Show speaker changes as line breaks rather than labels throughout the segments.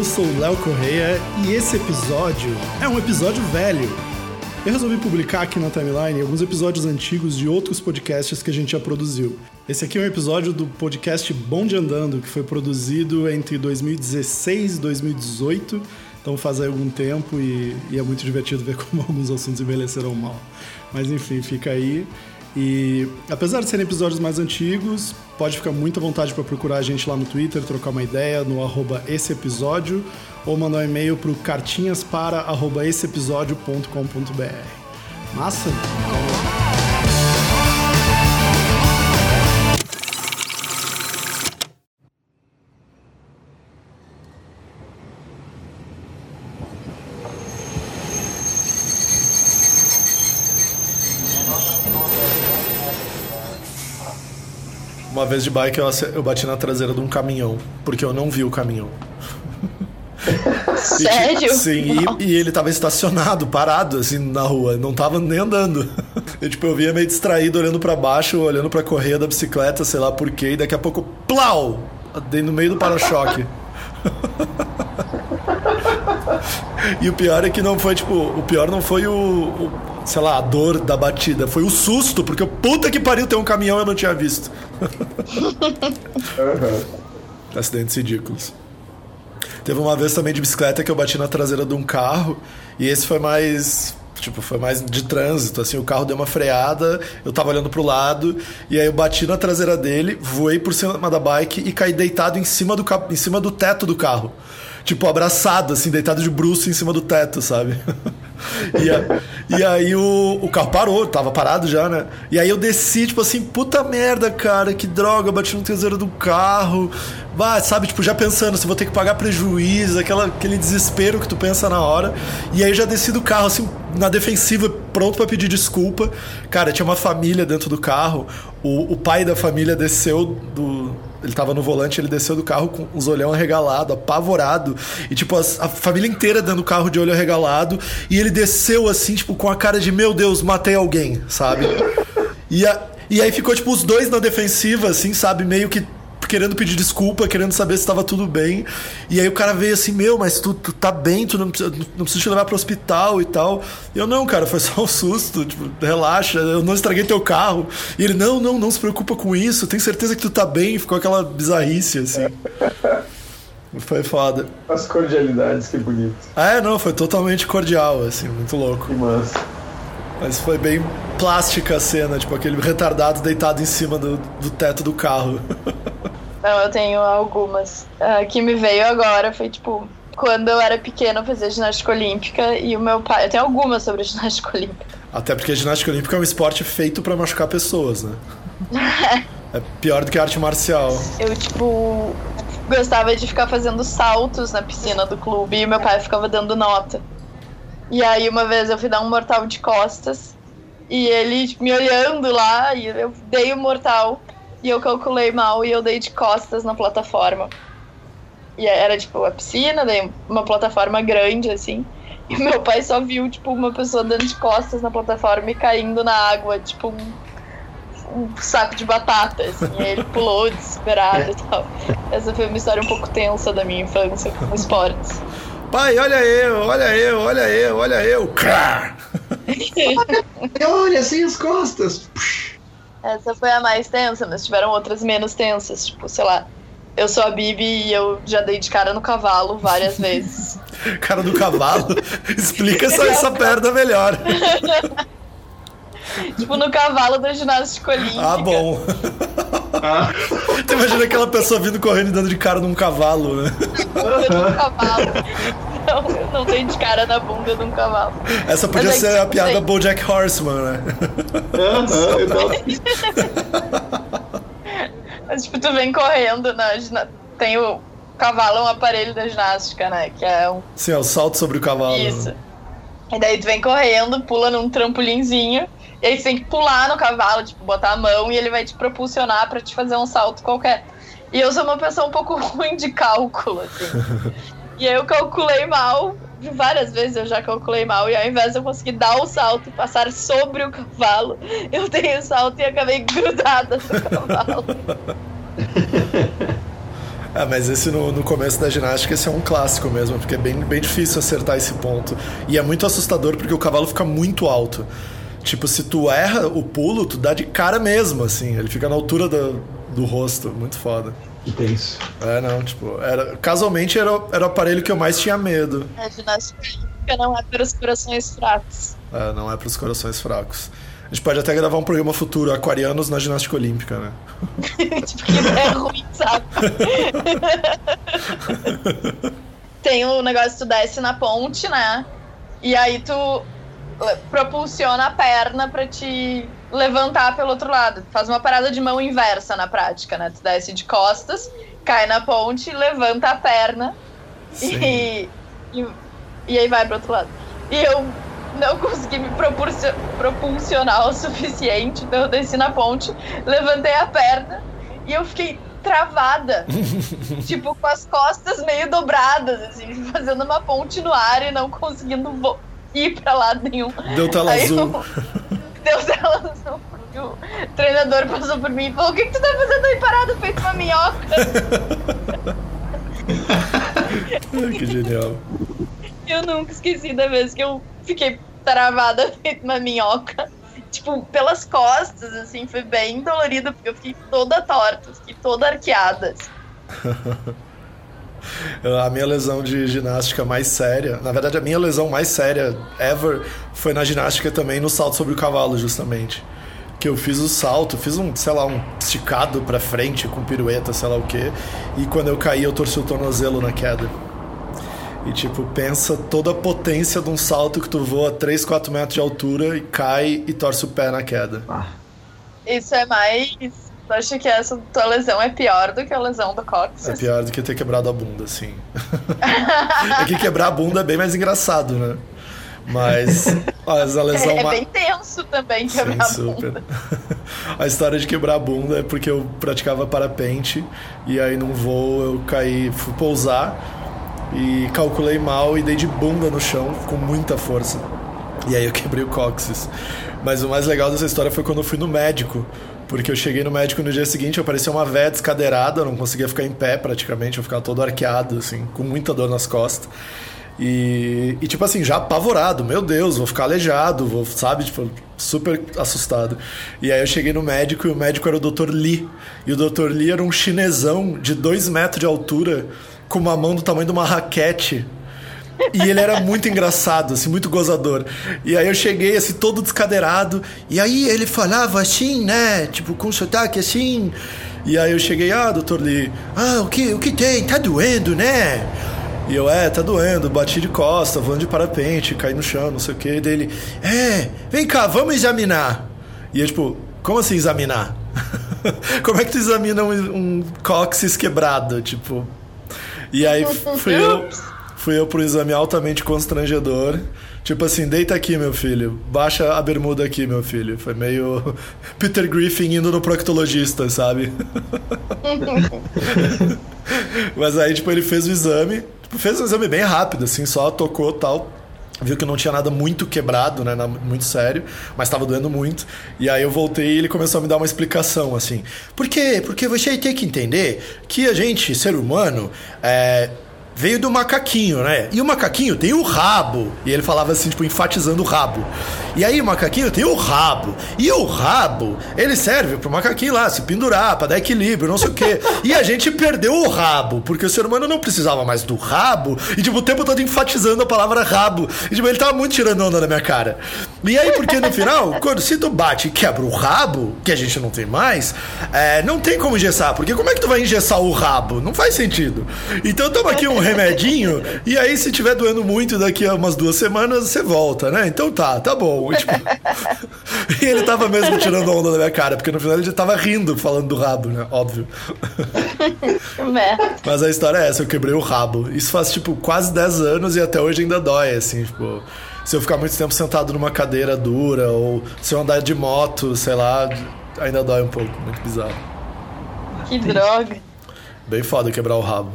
sou o Léo Correia e esse episódio é um episódio velho. Eu resolvi publicar aqui na timeline alguns episódios antigos de outros podcasts que a gente já produziu. Esse aqui é um episódio do podcast Bonde Andando, que foi produzido entre 2016 e 2018, então faz aí algum tempo e é muito divertido ver como alguns assuntos envelheceram mal. Mas enfim, fica aí. E apesar de serem episódios mais antigos, pode ficar muito à vontade para procurar a gente lá no Twitter, trocar uma ideia no @esseepisódio ou mandar um e-mail pro cartinhaspara@esseepisódio.com.br. Massa? Uma vez de bike eu bati na traseira de um caminhão, porque eu não vi o caminhão.
Sério?
Sim, e ele tava estacionado, parado, assim, na rua, não tava nem andando. Eu via meio distraído, olhando pra baixo, olhando pra correia da bicicleta, sei lá por quê, e daqui a pouco, plau! Dei no meio do para-choque. E o pior é que não foi, o pior não foi sei lá, a dor da batida, foi o susto, porque puta que pariu, tem um caminhão eu não tinha visto. Acidentes ridículos. Teve uma vez também de bicicleta que eu bati na traseira de um carro, e esse foi mais de trânsito, assim, o carro deu uma freada, eu tava olhando pro lado, e aí eu bati na traseira dele, voei por cima da bike e caí deitado em cima do teto do carro. Abraçado, assim, deitado de bruço em cima do teto, sabe? E aí o carro parou, tava parado já, né? E aí eu desci, puta merda, cara, que droga, bati no traseiro do carro. Sabe, já pensando se vou ter que pagar prejuízo, aquele desespero que tu pensa na hora. E aí eu já desci do carro, assim, na defensiva, pronto pra pedir desculpa. Cara, tinha uma família dentro do carro, o pai da família desceu ele tava no volante, ele desceu do carro com os olhão arregalado, apavorado. E, a família inteira dentro do carro de olho arregalado. E ele desceu, assim, com a cara de, meu Deus, matei alguém, sabe? E aí ficou, os dois na defensiva, assim, sabe? Meio que querendo pedir desculpa, querendo saber se estava tudo bem. E aí o cara veio assim, mas tu tá bem, tu não precisa te levar pro hospital e tal. E eu, não, cara, foi só um susto, relaxa, eu não estraguei teu carro. E ele, não se preocupa com isso, tenho certeza que tu tá bem. Ficou aquela bizarrice, assim. Foi foda.
As cordialidades, que bonito.
Foi totalmente cordial, assim, muito louco.
Que massa.
Mas foi bem plástica a cena, aquele retardado deitado em cima do teto do carro.
Não, eu tenho algumas. A que me veio agora foi, quando eu era pequena eu fazia ginástica olímpica e o meu pai... Eu tenho algumas sobre ginástica olímpica.
Até porque a ginástica olímpica é um esporte feito pra machucar pessoas, né? É pior do que a arte marcial.
Eu, gostava de ficar fazendo saltos na piscina do clube e meu pai ficava dando nota. E aí uma vez eu fui dar um mortal de costas e ele me olhando lá e eu dei o mortal e eu calculei mal e eu dei de costas na plataforma. E era a piscina, daí uma plataforma grande assim. E meu pai só viu uma pessoa dando de costas na plataforma e caindo na água, um saco de batata, assim. E aí ele pulou desesperado e tal. Essa foi uma história um pouco tensa da minha infância com esportes.
Pai, olha eu.
Olha, sem as costas.
Essa foi a mais tensa, mas tiveram outras menos tensas. Sei lá, eu sou a Bibi e eu já dei de cara no cavalo várias vezes.
Cara do cavalo? Explica essa perna melhor.
No cavalo da ginástica olímpica.
Ah, bom. Tu imagina aquela pessoa vindo correndo e dando de cara num cavalo, né?
Num cavalo. Não tem de cara na bunda de um cavalo.
Essa podia ser a piada BoJack Horseman, né?
Mas tu vem correndo tem o cavalo, é um aparelho da ginástica, né? Que é um...
Sim, é o salto sobre o cavalo.
Isso. E daí tu vem correndo, pula num trampolinzinho. E aí você tem que pular no cavalo, botar a mão e ele vai te propulsionar pra te fazer um salto qualquer. E eu sou uma pessoa um pouco ruim de cálculo, assim. E aí eu calculei mal, várias vezes eu já calculei mal, e ao invés de eu conseguir dar o salto e passar sobre o cavalo, eu dei o salto e acabei grudada no cavalo.
Ah, mas esse no começo da ginástica, esse é um clássico mesmo, porque é bem difícil acertar esse ponto. E é muito assustador porque o cavalo fica muito alto. Tipo, se tu erra o pulo, tu dá de cara mesmo, assim. Ele fica na altura do rosto, muito foda.
Que tenso.
Não, tipo, casualmente era o aparelho que eu mais tinha medo.
A ginástica não é para os corações fracos.
Não é para os corações fracos. A gente pode até gravar um programa futuro, Aquarianos na ginástica olímpica, né?
Tipo, que ideia ruim, sabe? Tem o negócio que tu desce na ponte, né? E aí tu propulsiona a perna pra te levantar pelo outro lado. Faz uma parada de mão inversa na prática, né? Tu desce de costas, cai na ponte, levanta a perna e aí vai pro outro lado. E eu não consegui me propulsionar o suficiente, então eu desci na ponte, levantei a perna e eu fiquei travada, tipo, com as costas meio dobradas, assim, fazendo uma ponte no ar e não conseguindo ir pra lado nenhum.
Deu tela azul.
Deu tela azul. O treinador passou por mim e falou: o que tu tá fazendo aí parado, feito uma minhoca?
Que genial.
Eu nunca esqueci da vez que eu fiquei travada feito uma minhoca. Tipo, pelas costas, assim, foi bem dolorido, porque eu fiquei toda torta, fiquei toda arqueada.
A minha lesão de ginástica mais séria, na verdade a minha lesão mais séria ever foi na ginástica também, no salto sobre o cavalo, justamente. Que eu fiz o salto, fiz um esticado pra frente com pirueta, sei lá o quê, e quando eu caí eu torci o tornozelo na queda. E tipo, pensa toda a potência de um salto que tu voa 3, 4 metros de altura e cai e torce o pé na queda.
Isso é mais... Tu acha que essa tua lesão é pior do que a lesão do cóccix?
É pior do que ter quebrado a bunda, sim. É que quebrar a bunda é bem mais engraçado, né? Mas a lesão...
É bem tenso também quebrar a bunda.
A história de quebrar a bunda é porque eu praticava parapente e aí num voo eu caí, fui pousar e calculei mal e dei de bunda no chão com muita força. E aí eu quebrei o cóccix. Mas o mais legal dessa história foi quando eu fui no médico. Porque eu cheguei no médico no dia seguinte, eu parecia uma véia descadeirada, eu não conseguia ficar em pé praticamente, eu ficava todo arqueado, assim, com muita dor nas costas. E tipo assim, já apavorado, meu Deus, vou ficar aleijado, sabe, tipo, super assustado. E aí eu cheguei no médico e o médico era o Dr. Lee. E o Dr. Lee era um chinesão de 2 metros de altura, com uma mão do tamanho de uma raquete. E ele era muito engraçado, assim, muito gozador. E aí eu cheguei, assim, todo descadeirado. E aí ele falava assim, né? Tipo, com sotaque assim. E aí eu cheguei, doutor Lee, o que tem? Tá doendo, né? E eu, tá doendo, bati de costa, voando de parapente, caí no chão, não sei o que. E dele, vem cá, vamos examinar. E eu, tipo, como assim examinar? Como é que tu examina um cóccix quebrado, tipo... E aí fui eu pro exame altamente constrangedor. Tipo assim, deita aqui, meu filho. Baixa a bermuda aqui, meu filho. Foi meio Peter Griffin indo no proctologista, sabe? Mas aí, tipo, ele fez o exame. Tipo, fez um exame bem rápido, assim, só tocou e tal. Viu que não tinha nada muito quebrado, né, muito sério, mas tava doendo muito. E aí eu voltei e ele começou a me dar uma explicação, assim. Por quê? Porque você tem que entender que a gente, ser humano, veio do macaquinho, né? E o macaquinho tem o rabo. E ele falava assim, tipo, enfatizando o rabo. E aí o macaquinho tem o rabo. E o rabo, ele serve pro macaquinho lá se pendurar, pra dar equilíbrio, não sei o quê. E a gente perdeu o rabo, porque o ser humano não precisava mais do rabo. E, tipo, o tempo todo enfatizando a palavra rabo. E, tipo, ele tava muito tirando onda na minha cara. E aí, porque no final, se tu bate e quebra o rabo, que a gente não tem mais, não tem como engessar. Porque como é que tu vai engessar o rabo? Não faz sentido. Então, toma aqui um remedinho, e aí se tiver doendo muito daqui a umas 2 semanas, você volta, né? Então tá bom. E, tipo, e ele tava mesmo tirando onda da minha cara, porque no final ele tava rindo, falando do rabo, né? Óbvio. Mas a história é essa, eu quebrei o rabo. Isso faz, tipo, quase 10 anos e até hoje ainda dói, assim, tipo... Se eu ficar muito tempo sentado numa cadeira dura, ou se eu andar de moto, sei lá, ainda dói um pouco, muito bizarro.
Que droga.
Bem foda quebrar o rabo.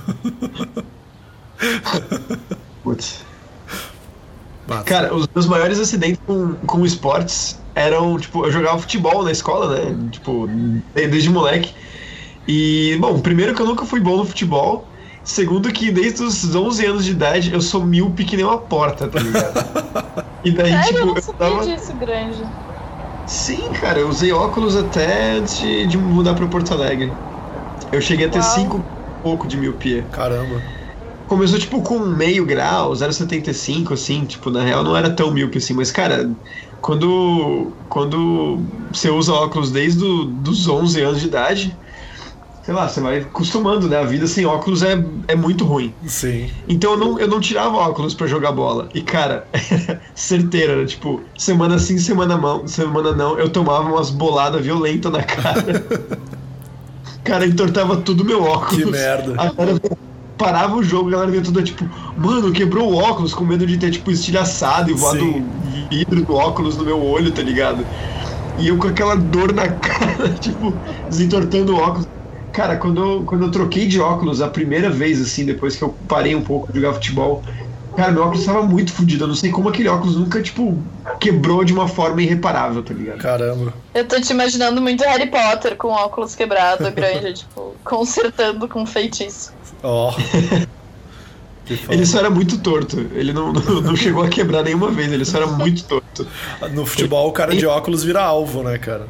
Putz. Cara, os meus maiores acidentes com esportes eram, tipo, eu jogava futebol na escola, né? Tipo, desde moleque. E, bom, primeiro que eu nunca fui bom no futebol. Segundo que desde os 11 anos de idade eu sou míope que nem uma porta, tá ligado? E daí,
Sério?
tipo,
Eu não sabia disso, Granja.
Sim, cara, eu usei óculos até antes de mudar pra Porto Alegre. Eu cheguei a ter 5 pouco de miopia.
Caramba.
Começou, tipo, com meio grau, 0,75, assim, tipo, na real não era tão míope assim, mas, cara, quando você usa óculos desde os 11 anos de idade, sei lá, você vai acostumando, né? A vida sem óculos é muito ruim.
Sim.
Então eu não tirava óculos pra jogar bola. E, cara, certeira, era tipo, semana sim, semana não, eu tomava umas boladas violentas na cara. Cara, entortava tudo meu óculos.
Que merda.
A galera parava o jogo, a galera vinha toda tipo, mano, quebrou o óculos, com medo de ter, tipo, estilhaçado e voado vidro do óculos no meu olho, tá ligado? E eu com aquela dor na cara, tipo, desentortando o óculos. Cara, quando eu troquei de óculos a primeira vez, assim, depois que eu parei um pouco de jogar futebol, cara, meu óculos tava muito fodido. Eu não sei como aquele óculos nunca, tipo, quebrou de uma forma irreparável, tá ligado?
Caramba.
Eu tô te imaginando muito Harry Potter com óculos quebrado, Granja, tipo, consertando com feitiço.
Ó.
Ele só era muito torto. Ele não chegou a quebrar nenhuma vez, ele só era muito torto.
No futebol, o cara de óculos vira alvo, né, cara?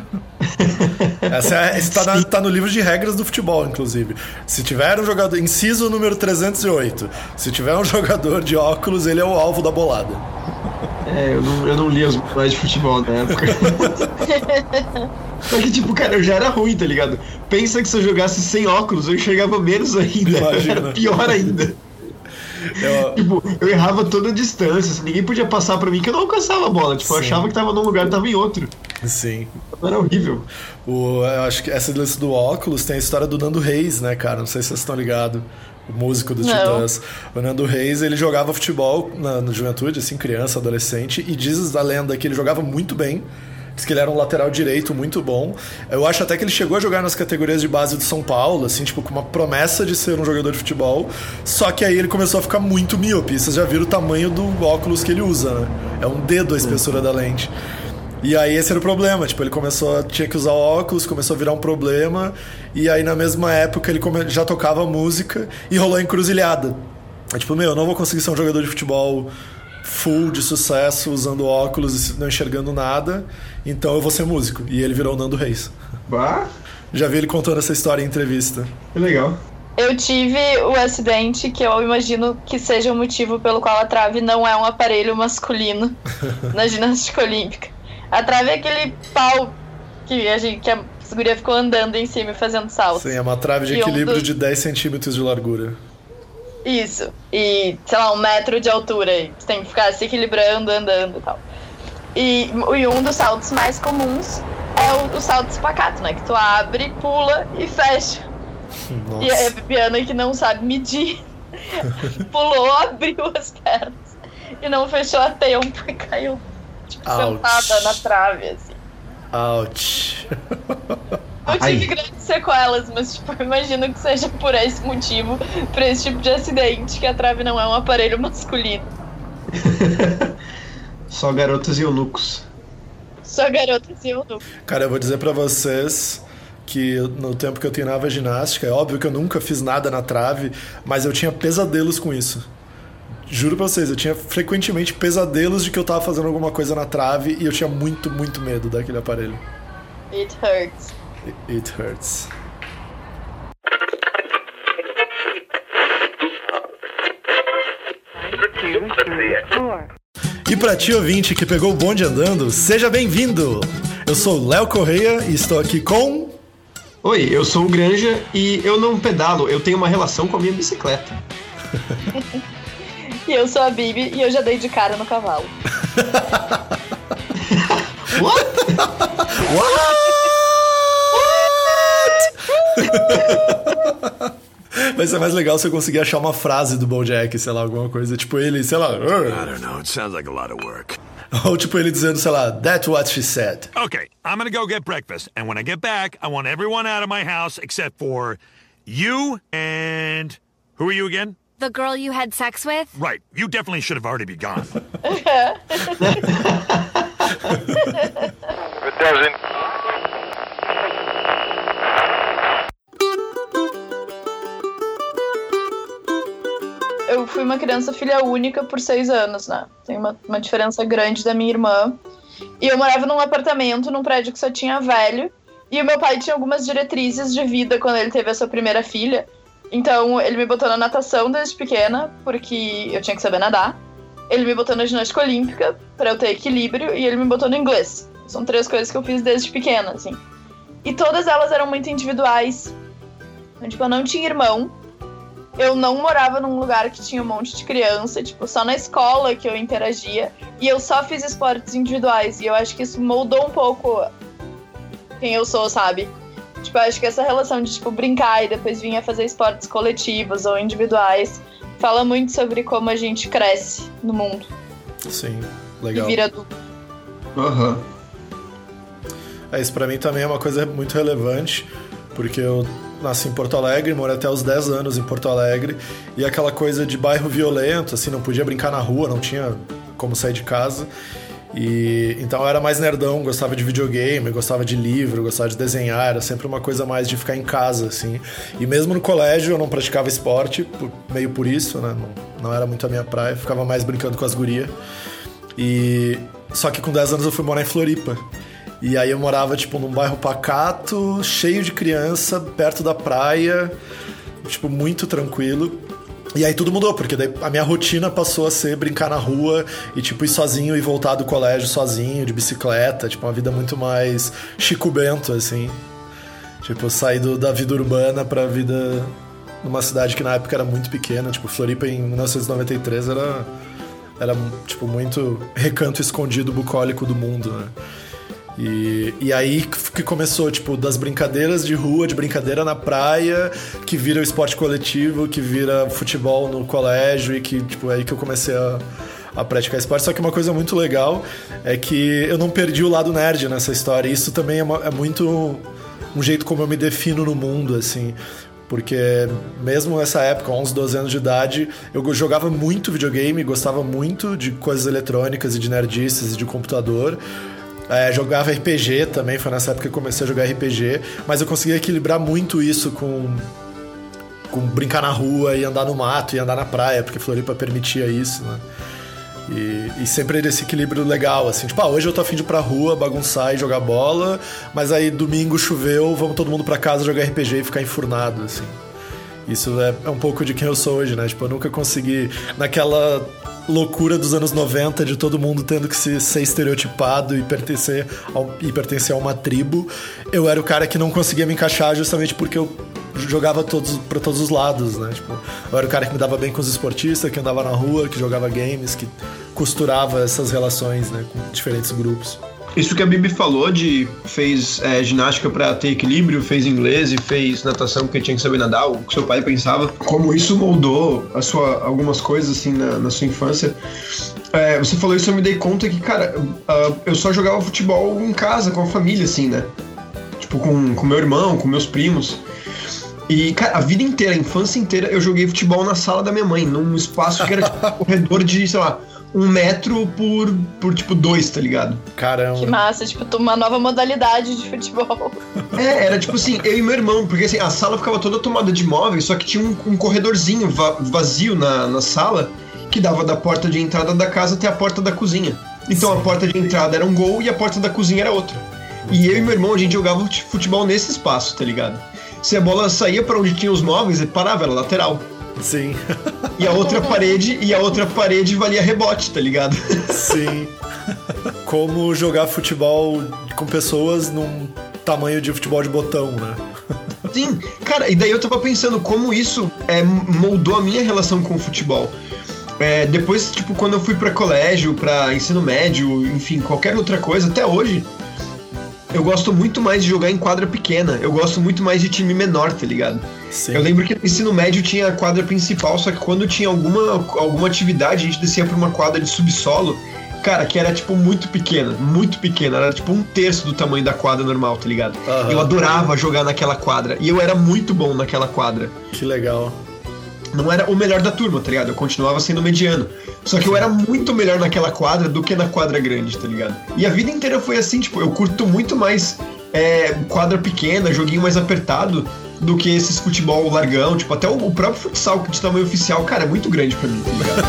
Esse tá no livro de regras do futebol, inclusive. Se tiver um jogador, inciso número 308, se tiver um jogador de óculos, ele é o alvo da bolada.
Eu não li as mais de futebol na época. Só que, tipo, cara, eu já era ruim, tá ligado? Pensa que se eu jogasse sem óculos, eu enxergava menos ainda.
Imagina.
Era pior ainda. Tipo, eu errava toda a distância, assim, ninguém podia passar pra mim que eu não alcançava a bola. Tipo, eu achava que tava num lugar e tava em outro.
Sim.
Era horrível.
Eu acho que essa lista do óculos tem a história do Nando Reis, né, cara? Não sei se vocês estão ligados. O músico dos Titãs. O Nando Reis, ele jogava futebol na juventude, assim, criança, adolescente, e diz a lenda que ele jogava muito bem. Diz que ele era um lateral direito muito bom. Eu acho até que ele chegou a jogar nas categorias de base do São Paulo, assim, tipo, com uma promessa de ser um jogador de futebol. Só que aí ele começou a ficar muito míope. Vocês já viram o tamanho do óculos que ele usa, né? É um dedo a espessura da lente. E aí esse era o problema, tipo, ele tinha que usar óculos, começou a virar um problema, e aí na mesma época ele já tocava música e rolou a encruzilhada. Tipo, eu não vou conseguir ser um jogador de futebol full de sucesso, usando óculos e não enxergando nada, então eu vou ser músico. E ele virou o Nando Reis.
Bah.
Já vi ele contando essa história em entrevista.
Que legal.
Eu tive o acidente que eu imagino que seja o motivo pelo qual a trave não é um aparelho masculino na ginástica olímpica. A trave é aquele pau que a guria ficou andando em cima e fazendo saltos.
Sim, é uma trave de equilíbrio de 10 centímetros de largura.
Isso. E, sei lá, 1 metro de altura. E você tem que ficar se equilibrando, andando e tal. E um dos saltos mais comuns é o salto espacato, né? Que tu abre, pula e fecha.
Nossa.
E a Bibiana, que não sabe medir, pulou, abriu as pernas e não fechou a tempo e caiu, tipo, sentada na trave, assim.
Ouch.
Eu tive grandes sequelas, mas, tipo, eu imagino que seja por esse motivo, por esse tipo de acidente, que a trave não é um aparelho masculino.
Só garotas e eunucos.
Só garotas e eunucos.
Cara, eu vou dizer pra vocês que no tempo que eu treinava ginástica, é óbvio que eu nunca fiz nada na trave, mas eu tinha pesadelos com isso. Juro pra vocês, eu tinha frequentemente pesadelos de que eu tava fazendo alguma coisa na trave e eu tinha muito, muito medo daquele aparelho.
It hurts.
It hurts. E pra ti, ouvinte, que pegou o bonde andando, seja bem-vindo! Eu sou o Léo Correia e estou aqui com...
Oi, eu sou o Granja e eu não pedalo, eu tenho uma relação com a minha bicicleta.
E eu sou a Bibi e eu já dei de cara no cavalo.
What?
Vai ser mais legal se eu conseguir achar uma frase do BoJack, sei lá, alguma coisa. Tipo ele, sei lá...
I don't know, it sounds like a lot of work.
Ou tipo ele dizendo, sei lá, that's what she said.
Okay, I'm gonna go get breakfast, and when I get back, I want everyone out of my house except for you and... Who are you again?
The girl you had sex with?
Right, you definitely should have already be gone.
fui uma criança filha única por 6 anos, né? Tem uma diferença grande da minha irmã. E eu morava num apartamento, num prédio que só tinha velho. E o meu pai tinha algumas diretrizes de vida quando ele teve a sua primeira filha. Então, ele me botou na natação desde pequena, porque eu tinha que saber nadar. Ele me botou na ginástica olímpica, pra eu ter equilíbrio. E ele me botou no inglês. São 3 coisas que eu fiz desde pequena, assim. E todas elas eram muito individuais. Então, tipo, eu não tinha irmão. Eu não morava num lugar que tinha um monte de criança. Tipo, só na escola que eu interagia. E eu só fiz esportes individuais. E eu acho que isso moldou um pouco quem eu sou, sabe? Tipo, eu acho que essa relação de, tipo, brincar e depois vir a fazer esportes coletivos ou individuais fala muito sobre como a gente cresce no mundo.
Sim, legal.
E vira adulto.
Aham.
Isso pra mim também é uma coisa muito relevante, porque eu nasci em Porto Alegre, morei até os 10 anos em Porto Alegre, e aquela coisa de bairro violento, assim, não podia brincar na rua, não tinha como sair de casa. E então eu era mais nerdão, gostava de videogame, gostava de livro, gostava de desenhar, era sempre uma coisa mais de ficar em casa, assim. E mesmo no colégio eu não praticava esporte, meio por isso, né? Não era muito a minha praia, ficava mais brincando com as gurias. Só que com 10 anos eu fui morar em Floripa. E aí eu morava, tipo, num bairro pacato, cheio de criança, perto da praia, tipo, muito tranquilo. E aí tudo mudou, porque daí a minha rotina passou a ser brincar na rua e, tipo, ir sozinho e voltar do colégio sozinho, de bicicleta, tipo, uma vida muito mais Chico Bento, assim. Tipo, sair da vida urbana pra vida numa cidade que na época era muito pequena, tipo, Floripa em 1993 era tipo, muito recanto escondido bucólico do mundo, né? E aí que começou, tipo, das brincadeiras de rua, de brincadeira na praia, que vira o esporte coletivo, que vira futebol no colégio, e que, tipo, é aí que eu comecei a praticar esporte. Só que uma coisa muito legal é que eu não perdi o lado nerd nessa história. E isso também é muito um jeito como eu me defino no mundo, assim. Porque mesmo nessa época, 11, 12 anos de idade, eu jogava muito videogame, gostava muito de coisas eletrônicas e de nerdices e de computador. Jogava RPG também, foi nessa época que eu comecei a jogar RPG, mas eu conseguia equilibrar muito isso com brincar na rua e andar no mato e andar na praia, porque Floripa permitia isso, né? E sempre esse equilíbrio legal, assim, tipo, hoje eu tô a fim de ir pra rua, bagunçar e jogar bola, mas aí domingo choveu, vamos todo mundo pra casa jogar RPG e ficar enfurnado, assim. Isso é um pouco de quem eu sou hoje, né? Tipo, eu nunca consegui, naquela loucura dos anos 90, de todo mundo tendo que ser estereotipado e pertencer a uma tribo, eu era o cara que não conseguia me encaixar justamente porque eu jogava pra todos os lados, né? Tipo, eu era o cara que me dava bem com os esportistas, que andava na rua, que jogava games, que costurava essas relações, né, com diferentes grupos.
Isso que a Bibi falou fez ginástica pra ter equilíbrio, fez inglês e fez natação porque tinha que saber nadar, o que seu pai pensava, como isso moldou algumas coisas assim na sua infância. Você falou isso, eu me dei conta que, cara, eu só jogava futebol em casa, com a família, assim, né? Tipo, com meu irmão, com meus primos. E, cara, a vida inteira, a infância inteira, eu joguei futebol na sala da minha mãe, num espaço que era tipo, um corredor de, sei lá, 1 metro por tipo 2, tá ligado?
Caramba. Que massa, tipo, uma nova modalidade de futebol.
Era tipo assim, eu e meu irmão, porque assim, a sala ficava toda tomada de móveis, só que tinha um corredorzinho vazio na sala, que dava da porta de entrada da casa até a porta da cozinha. Então, sim, a porta de entrada era um gol e a porta da cozinha era outra. E eu e meu irmão, a gente jogava futebol nesse espaço, tá ligado? Se a bola saía pra onde tinha os móveis, ele parava, era lateral.
Sim.
E a outra parede valia rebote, tá ligado?
Sim. Como jogar futebol com pessoas num tamanho de futebol de botão, né?
Sim, cara, e daí eu tava pensando como isso moldou a minha relação com o futebol. Depois, tipo, quando eu fui pra colégio, pra ensino médio, enfim, qualquer outra coisa, até hoje, eu gosto muito mais de jogar em quadra pequena. Eu gosto muito mais de time menor, tá ligado? Sim. Eu lembro que no ensino médio tinha a quadra principal, só que quando tinha alguma atividade, a gente descia pra uma quadra de subsolo, cara, que era tipo muito pequena, era tipo 1/3 do tamanho da quadra normal, tá ligado? Uhum. Eu adorava jogar naquela quadra, e eu era muito bom naquela quadra.
Que legal.
Não era o melhor da turma, tá ligado? Eu continuava sendo mediano. Só que eu era muito melhor naquela quadra do que na quadra grande, tá ligado? E a vida inteira foi assim, tipo, eu curto muito mais quadra pequena, joguinho mais apertado, do que esses futebol largão, tipo, até o próprio futsal de tamanho oficial, cara, é muito grande pra mim, tá ligado?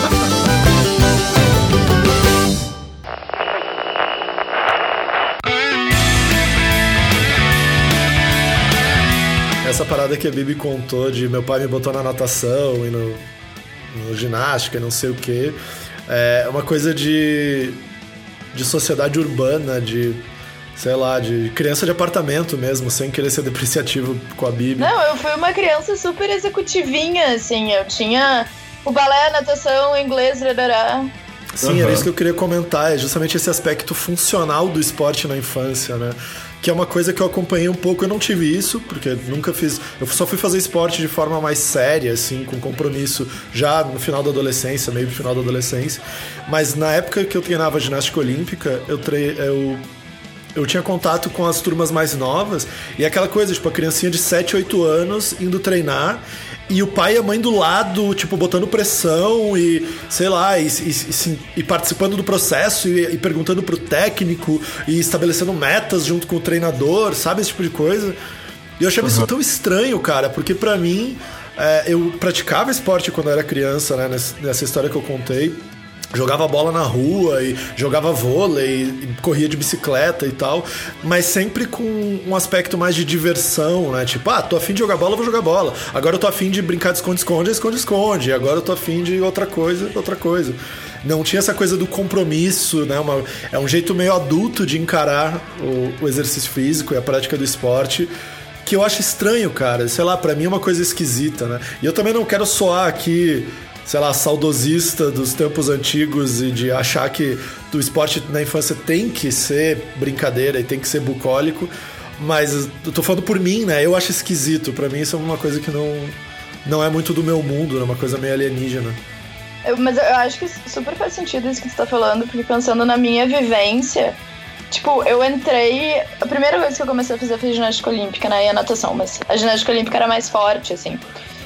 Essa parada que a Bibi contou de meu pai me botou na natação e no ginástica, não sei o quê, é uma coisa de sociedade urbana, de, sei lá, de criança de apartamento mesmo, sem querer ser depreciativo com a Bibi.
Não, eu fui uma criança super executivinha, assim, eu tinha o balé, a natação, o inglês, rarará.
Sim, era isso que eu queria comentar, é justamente esse aspecto funcional do esporte na infância, né? Que é uma coisa que eu acompanhei um pouco, eu não tive isso, porque nunca fiz... Eu só fui fazer esporte de forma mais séria, assim, com compromisso, já no final da adolescência, meio do final da adolescência. Mas na época que eu treinava ginástica olímpica, eu tinha contato com as turmas mais novas, e aquela coisa, tipo, a criancinha de 7, 8 anos indo treinar, e o pai e a mãe do lado, tipo, botando pressão e, sei lá, e participando do processo e perguntando pro técnico e estabelecendo metas junto com o treinador, sabe? Esse tipo de coisa. E eu achava isso tão estranho, cara, porque pra mim, eu praticava esporte quando eu era criança, né? Nessa história que eu contei. Jogava bola na rua e jogava vôlei e corria de bicicleta e tal, mas sempre com um aspecto mais de diversão, né? Tipo, tô afim de jogar bola, vou jogar bola. Agora eu tô afim de brincar de esconde-esconde, esconde-esconde. Agora eu tô afim de outra coisa. Não tinha essa coisa do compromisso, né? É um jeito meio adulto de encarar o exercício físico e a prática do esporte, que eu acho estranho, cara. Sei lá, pra mim é uma coisa esquisita, né? E eu também não quero soar aqui, sei lá, saudosista dos tempos antigos e de achar que o esporte na infância tem que ser brincadeira e tem que ser bucólico, mas eu tô falando por mim, né? Eu acho esquisito. Pra mim isso é uma coisa que não é muito do meu mundo, é uma coisa meio alienígena.
Mas eu acho que super faz sentido isso que tu tá falando, porque pensando na minha vivência, tipo, eu entrei... A primeira vez que eu comecei a fazer foi ginástica olímpica, né? E a natação, mas a ginástica olímpica era mais forte, assim.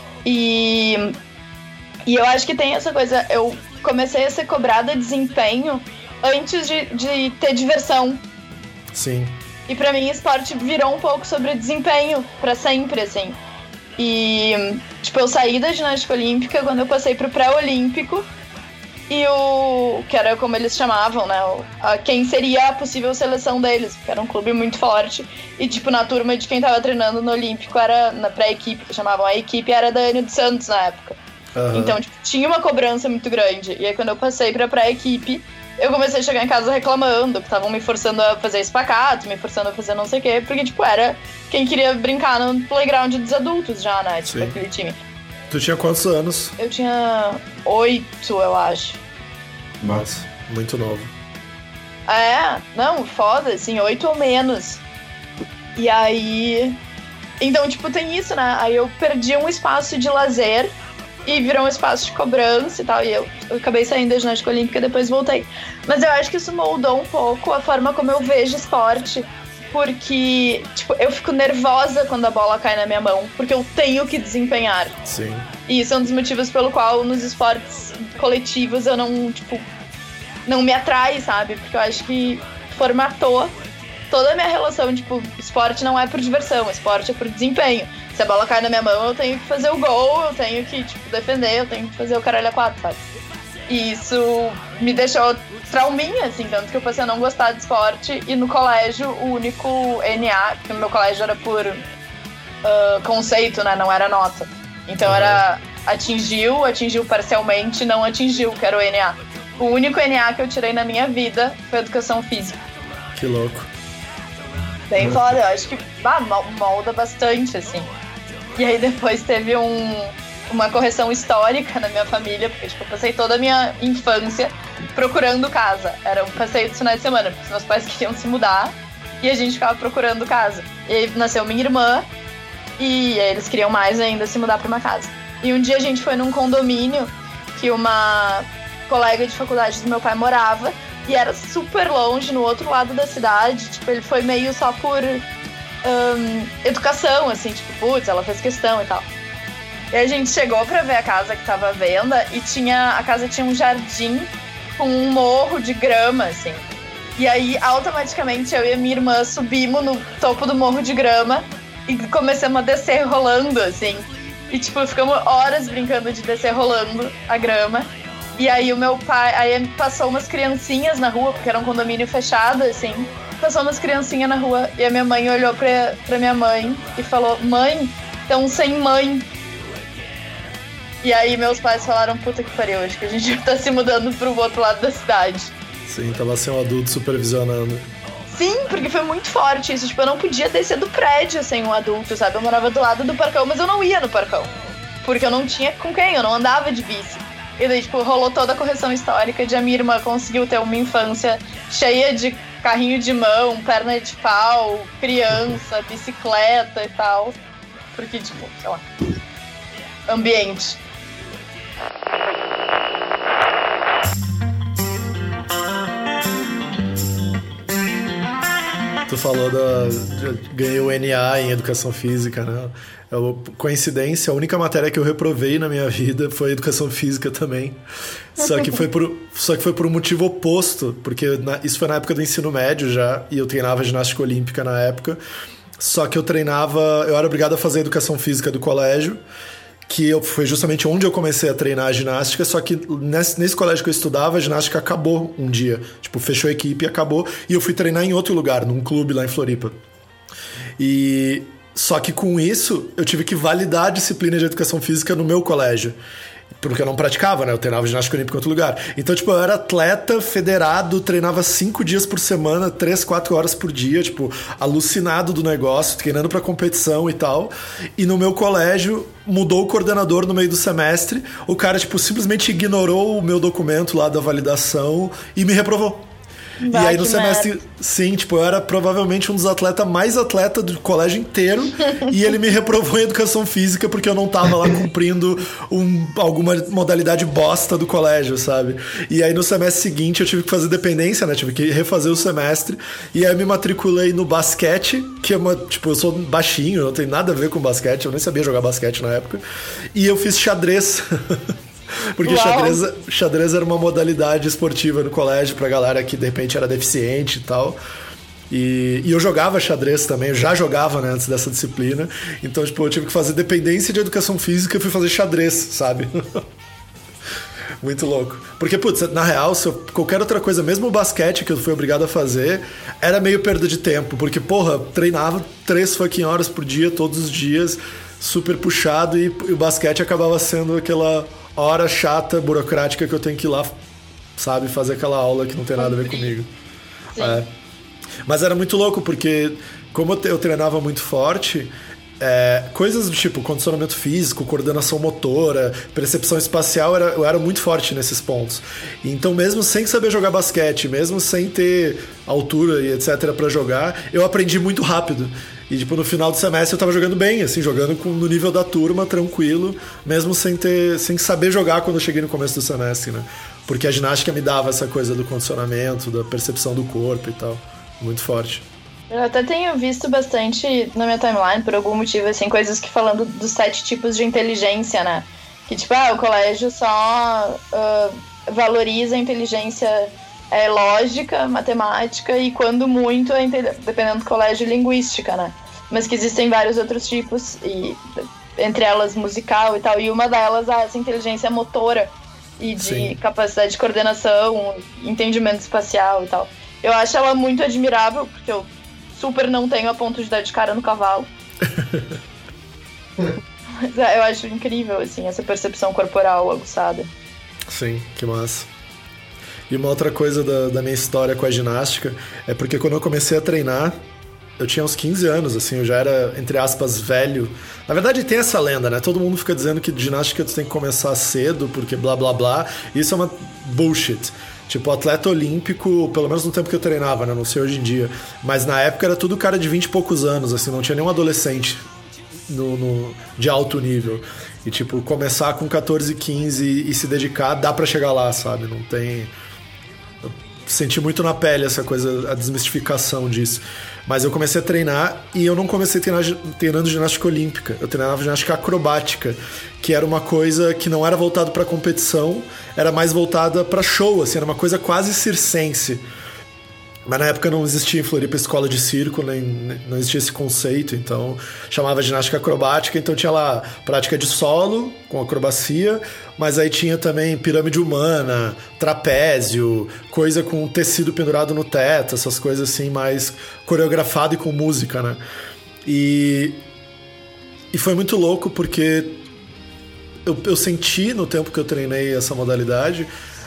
E eu acho que tem essa coisa, eu comecei a ser cobrada desempenho antes de ter diversão.
Sim.
E pra mim, esporte virou um pouco sobre desempenho, pra sempre, assim. E, tipo, eu saí da ginástica olímpica quando eu passei pro pré-olímpico. E que era como eles chamavam, né? Quem seria a possível seleção deles, porque era um clube muito forte. E, tipo, na turma de quem tava treinando no olímpico, era na pré-equipe, que chamavam a equipe, era da Dani dos Santos na época. Então, tipo, tinha uma cobrança muito grande. E aí, quando eu passei pra equipe, eu comecei a chegar em casa reclamando, que estavam me forçando a fazer espacato, me forçando a fazer não sei o quê, porque, tipo, era quem queria brincar no playground dos adultos já, né? Tipo, aquele time.
Tu tinha quantos anos?
Eu tinha 8, eu acho.
Nossa, muito novo.
Não, foda, assim, 8 ou menos. E aí... Então, tipo, tem isso, né? Aí eu perdi um espaço de lazer e virou um espaço de cobrança e tal. E eu acabei saindo da ginástica olímpica e depois voltei. Mas eu acho que isso moldou um pouco a forma como eu vejo esporte. Porque, tipo, eu fico nervosa quando a bola cai na minha mão, porque eu tenho que desempenhar.
Sim.
E isso é um dos motivos pelo qual nos esportes coletivos eu não me atrai, sabe? Porque eu acho que formatou toda a minha relação. Tipo, esporte não é por diversão, esporte é por desempenho. Se a bola cai na minha mão, eu tenho que fazer o gol, eu tenho que, tipo, defender, eu tenho que fazer o caralho a 4, sabe? E isso me deixou trauminha, assim, tanto que eu passei a não gostar de esporte. E no colégio, o único NA, porque no meu colégio era por conceito, né, não era nota. Então era atingiu parcialmente, não atingiu, que era o NA. O único NA que eu tirei na minha vida foi educação física.
Que louco.
Bem foda, eu acho que molda bastante, assim. E aí depois teve uma correção histórica na minha família, porque, tipo, eu passei toda a minha infância procurando casa. Era um passeio de final de semana, porque meus pais queriam se mudar e a gente ficava procurando casa. E aí nasceu minha irmã e aí eles queriam mais ainda se mudar pra uma casa. E um dia a gente foi num condomínio que uma colega de faculdade do meu pai morava e era super longe, no outro lado da cidade. Tipo, ele foi meio só por educação, assim, tipo, putz, ela fez questão e tal. E a gente chegou pra ver a casa que tava à venda e a casa tinha um jardim com um morro de grama, assim. E aí, automaticamente, eu e a minha irmã subimos no topo do morro de grama E começamos a descer rolando, assim. E, tipo, ficamos horas brincando de descer rolando a grama. E aí o meu pai... Aí passou umas criancinhas na rua, porque era um condomínio fechado, assim. Passou umas criancinhas na rua. E a minha mãe olhou pra minha mãe e falou: mãe, estão sem mãe. E aí meus pais falaram: puta que pariu, acho que a gente tá se mudando pro outro lado da cidade.
Sim, tava sem um adulto supervisionando.
Sim, porque foi muito forte isso. Tipo, eu não podia descer do prédio sem um adulto, sabe? Eu morava do lado do parcão, mas eu não ia no parcão. Porque eu não tinha com quem, eu não andava de bici. E daí, tipo, rolou toda a correção histórica de a minha irmã conseguiu ter uma infância cheia de carrinho de mão, perna de pau, criança, bicicleta e tal. Porque, tipo, sei lá, ambiente.
Tu falou ganhei o NA em Educação Física, né? Coincidência, a única matéria que eu reprovei na minha vida foi Educação Física também. Só que foi por um motivo oposto, porque isso foi na época do ensino médio já, e eu treinava ginástica olímpica na época. Só que eu era obrigado a fazer Educação Física do colégio, que foi justamente onde eu comecei a treinar a ginástica, só que nesse colégio que eu estudava, a ginástica acabou um dia. Tipo, fechou a equipe e acabou, e eu fui treinar em outro lugar, num clube lá em Floripa. Só que com isso, eu tive que validar a disciplina de Educação Física no meu colégio. Porque eu não praticava, né? Eu treinava ginástica olímpica em outro lugar. Então, tipo, eu era atleta federado, treinava 5 dias por semana, 3, 4 horas por dia, tipo, alucinado do negócio, treinando pra competição e tal. E no meu colégio, mudou o coordenador no meio do semestre. O cara, tipo, simplesmente ignorou o meu documento lá da validação e me reprovou. E aí no semestre, sim, tipo, eu era provavelmente um dos atletas mais atletas do colégio inteiro e ele me reprovou em Educação Física porque eu não tava lá cumprindo alguma modalidade bosta do colégio, sabe? E aí no semestre seguinte eu tive que fazer dependência, né? Tive que refazer o semestre e aí eu me matriculei no basquete, que é tipo, eu sou baixinho, não tem nada a ver com basquete, eu nem sabia jogar basquete na época, e eu fiz xadrez. Porque xadrez era uma modalidade esportiva no colégio pra galera que de repente era deficiente e tal. E eu jogava xadrez também, eu já jogava, né, antes dessa disciplina. Então, tipo, eu tive que fazer dependência de Educação Física e fui fazer xadrez, sabe? Muito louco. Porque, putz, na real, se qualquer outra coisa, mesmo o basquete que eu fui obrigado a fazer, era meio perda de tempo. Porque, porra, treinava 3 fucking horas por dia, todos os dias, super puxado, e o basquete acabava sendo aquela hora chata, burocrática que eu tenho que ir lá, sabe, fazer aquela aula que não tem nada a ver comigo. É. Mas era muito louco, porque como eu treinava muito forte, coisas do tipo condicionamento físico, coordenação motora, percepção espacial, eu era muito forte nesses pontos. Então mesmo sem saber jogar basquete, mesmo sem ter altura e etc pra jogar, eu aprendi muito rápido. E, tipo, no final do semestre eu tava jogando bem, assim, jogando no nível da turma, tranquilo, mesmo sem saber jogar quando eu cheguei no começo do semestre, né? Porque a ginástica me dava essa coisa do condicionamento, da percepção do corpo e tal. Muito forte.
Eu até tenho visto bastante na minha timeline, por algum motivo, assim, coisas que falando dos 7 tipos de inteligência, né? Que, tipo, o colégio só valoriza a inteligência lógica, matemática e, quando muito, dependendo do colégio, linguística, né? Mas que existem vários outros tipos, e entre elas musical e tal, e uma delas é essa inteligência motora e de Sim. capacidade de coordenação, entendimento espacial e tal. Eu acho ela muito admirável, porque eu super não tenho a ponto de dar de cara no cavalo. Mas eu acho incrível, assim, essa percepção corporal aguçada.
Sim, que massa. E uma outra coisa da minha história com a ginástica é porque quando eu comecei a treinar, eu tinha uns 15 anos, assim, eu já era, entre aspas, velho. Na verdade tem essa lenda, né? Todo mundo fica dizendo que ginástica tu tem que começar cedo, porque blá blá blá. Isso é uma bullshit. Tipo, atleta olímpico, pelo menos no tempo que eu treinava, né? Não sei hoje em dia. Mas na época era tudo cara de 20 e poucos anos, assim, não tinha nenhum adolescente de alto nível. E, tipo, começar com 14, 15 e se dedicar, dá pra chegar lá, sabe? Não tem... Eu senti muito na pele essa coisa, a desmistificação disso. Mas eu comecei a treinar e eu não comecei treinando ginástica olímpica. Eu treinava ginástica acrobática, que era uma coisa que não era voltada pra competição, era mais voltada pra show, assim, era uma coisa quase circense. Mas na época não existia em Floripa escola de circo, nem não existia esse conceito, então chamava ginástica acrobática, então tinha lá prática de solo, com acrobacia, mas aí tinha também pirâmide humana, trapézio, coisa com tecido pendurado no teto, essas coisas assim mais coreografado e com música, né? E foi muito louco porque eu senti no tempo que eu treinei essa modalidade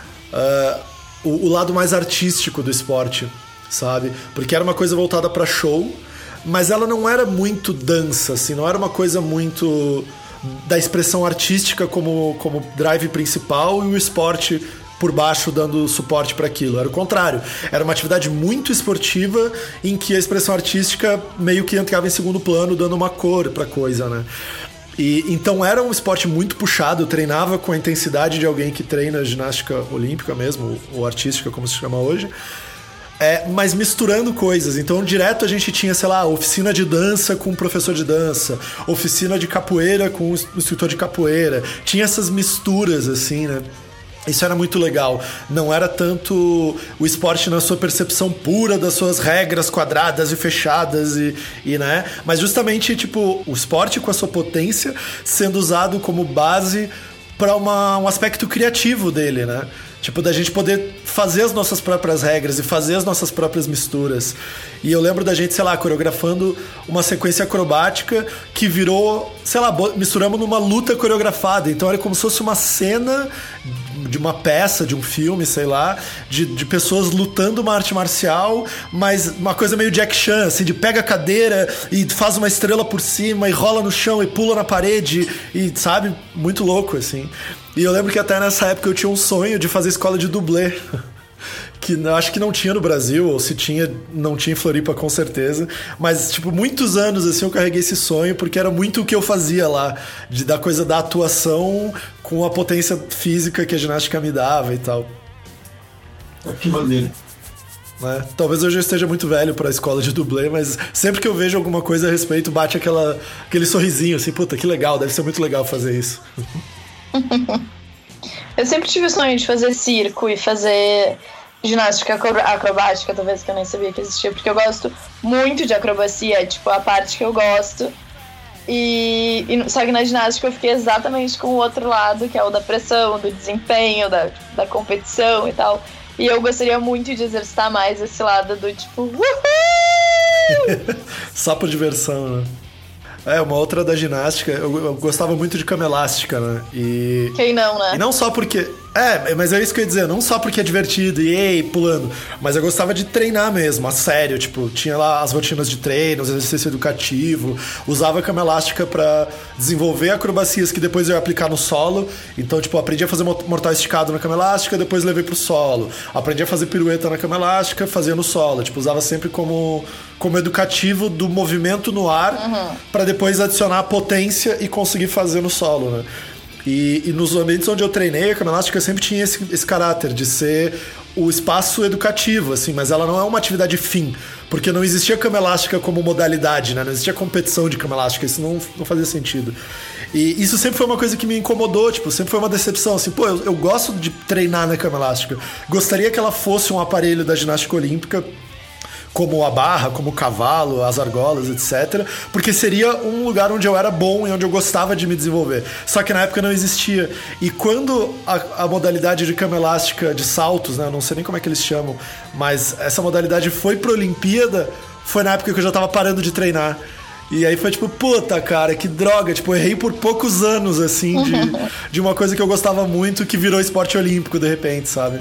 o lado mais artístico do esporte, sabe? Porque era uma coisa voltada pra show, mas ela não era muito dança, assim, não era uma coisa muito da expressão artística como drive principal e o esporte por baixo dando suporte para aquilo. Era o contrário. Era uma atividade muito esportiva em que a expressão artística meio que entrava em segundo plano, dando uma cor pra coisa, né? E então era um esporte muito puxado, eu treinava com a intensidade de alguém que treina ginástica olímpica mesmo, ou artística, como se chama hoje, mas misturando coisas. Então direto a gente tinha, sei lá, oficina de dança com um professor de dança, oficina de capoeira com um instrutor de capoeira, tinha essas misturas assim, né? Isso era muito legal. Não era tanto o esporte na sua percepção pura das suas regras quadradas e fechadas e né? Mas justamente, tipo, o esporte com a sua potência sendo usado como base para um aspecto criativo dele, né? Tipo, da gente poder fazer as nossas próprias regras e fazer as nossas próprias misturas. E eu lembro da gente, sei lá, coreografando uma sequência acrobática que virou, sei lá, misturamos numa luta coreografada. Então era como se fosse uma cena de uma peça, de um filme, sei lá, de pessoas lutando uma arte marcial, mas uma coisa meio Jack Chan, assim, de pega a cadeira e faz uma estrela por cima e rola no chão e pula na parede e, sabe, muito louco, assim. E eu lembro que até nessa época eu tinha um sonho de fazer escola de dublê, que eu acho que não tinha no Brasil, ou se tinha, não tinha em Floripa com certeza, mas tipo, muitos anos assim eu carreguei esse sonho, porque era muito o que eu fazia lá, da coisa da atuação com a potência física que a ginástica me dava e tal.
Que maneiro.
Talvez eu já esteja muito velho pra escola de dublê, mas sempre que eu vejo alguma coisa a respeito, bate aquele sorrisinho assim, puta, que legal, deve ser muito legal fazer isso.
Eu sempre tive o sonho de fazer circo e fazer ginástica acrobática, talvez, que eu nem sabia que existia, porque eu gosto muito de acrobacia, é tipo a parte que eu gosto. Só que na ginástica eu fiquei exatamente com o outro lado, que é o da pressão, do desempenho, da competição e tal. E eu gostaria muito de exercitar mais esse lado do tipo, uhul!
Só por diversão, né? Uma outra da ginástica, eu gostava muito de cama elástica, né?
Quem não, né?
E não só porque... mas é isso que eu ia dizer, não só porque é divertido e pulando, mas eu gostava de treinar mesmo, a sério, tipo, tinha lá as rotinas de treino, os exercícios educativos, usava a cama elástica pra desenvolver acrobacias que depois eu ia aplicar no solo, então, tipo, aprendi a fazer mortal esticado na cama elástica, depois levei pro solo, aprendi a fazer pirueta na cama elástica, fazia no solo, tipo, usava sempre como educativo do movimento no ar, pra depois adicionar a potência e conseguir fazer no solo, né? E nos ambientes onde eu treinei, a cama elástica sempre tinha esse caráter de ser o espaço educativo, assim, mas ela não é uma atividade fim, porque não existia cama elástica como modalidade, né? Não existia competição de cama elástica, isso não fazia sentido. E isso sempre foi uma coisa que me incomodou, tipo, sempre foi uma decepção, assim, pô, eu gosto de treinar na cama elástica, gostaria que ela fosse um aparelho da ginástica olímpica, como a barra, como o cavalo, as argolas, etc. Porque seria um lugar onde eu era bom e onde eu gostava de me desenvolver. Só que na época não existia. E quando a modalidade de cama elástica de saltos, né, eu não sei nem como é que eles chamam, mas essa modalidade foi pra Olimpíada, foi na época que eu já tava parando de treinar. E aí foi tipo, puta, cara, que droga. Tipo, eu errei por poucos anos, assim, de uma coisa que eu gostava muito que virou esporte olímpico, de repente, sabe?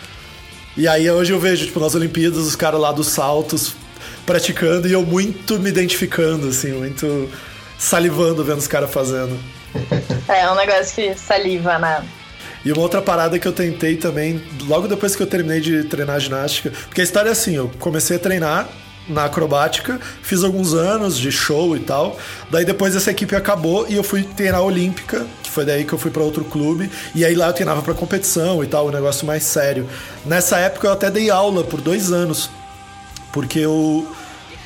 E aí hoje eu vejo, tipo, nas Olimpíadas, os caras lá dos saltos praticando e eu muito me identificando, assim, muito salivando vendo os caras fazendo.
É um negócio que saliva, né?
E uma outra parada que eu tentei também, logo depois que eu terminei de treinar ginástica, porque a história é assim, eu comecei a treinar na acrobática, fiz alguns anos de show e tal, daí depois essa equipe acabou e eu fui treinar a olímpica, que foi daí que eu fui pra outro clube, e aí lá eu treinava pra competição e tal, um negócio mais sério. Nessa época eu até dei aula por 2 anos, porque eu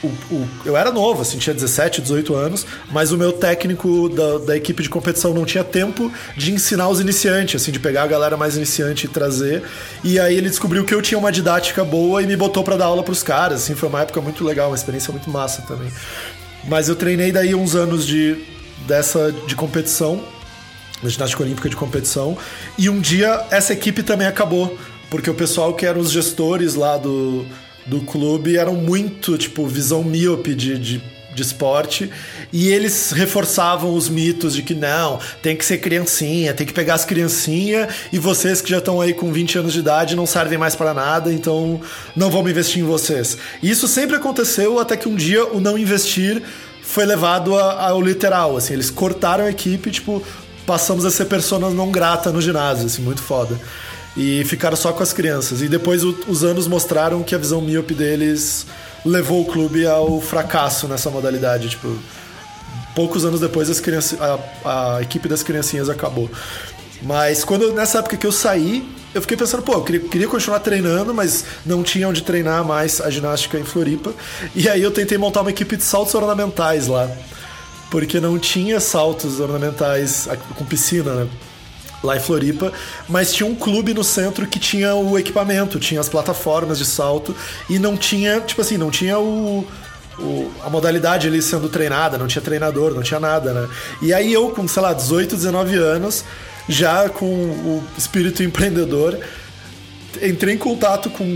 eu era novo, assim, tinha 17, 18 anos, mas o meu técnico da equipe de competição não tinha tempo de ensinar os iniciantes, assim, de pegar a galera mais iniciante e trazer. E aí ele descobriu que eu tinha uma didática boa e me botou pra dar aula pros caras, assim, foi uma época muito legal, uma experiência muito massa também. Mas eu treinei daí uns anos de competição, da ginástica olímpica de competição, e um dia essa equipe também acabou, porque o pessoal que eram os gestores lá do clube eram muito, tipo, visão míope de esporte, e eles reforçavam os mitos de que não, tem que ser criancinha, tem que pegar as criancinhas, e vocês que já estão aí com 20 anos de idade não servem mais para nada, então não vamos investir em vocês. E isso sempre aconteceu até que um dia o não investir foi levado ao literal, assim, eles cortaram a equipe, tipo, passamos a ser personas não grata no ginásio, assim, muito foda. E ficaram só com as crianças. E depois os anos mostraram que a visão míope deles levou o clube ao fracasso nessa modalidade. Tipo, poucos anos depois a equipe das criancinhas acabou. Mas nessa época que eu saí, eu fiquei pensando, pô, eu queria continuar treinando, mas não tinha onde treinar mais a ginástica em Floripa. E aí eu tentei montar uma equipe de saltos ornamentais lá, porque não tinha saltos ornamentais com piscina, né, lá em Floripa, mas tinha um clube no centro que tinha o equipamento, tinha as plataformas de salto, e não tinha, tipo assim, não tinha a modalidade ali sendo treinada, não tinha treinador, não tinha nada, né? E aí eu, com, sei lá, 18, 19 anos, já com o espírito empreendedor, entrei em contato com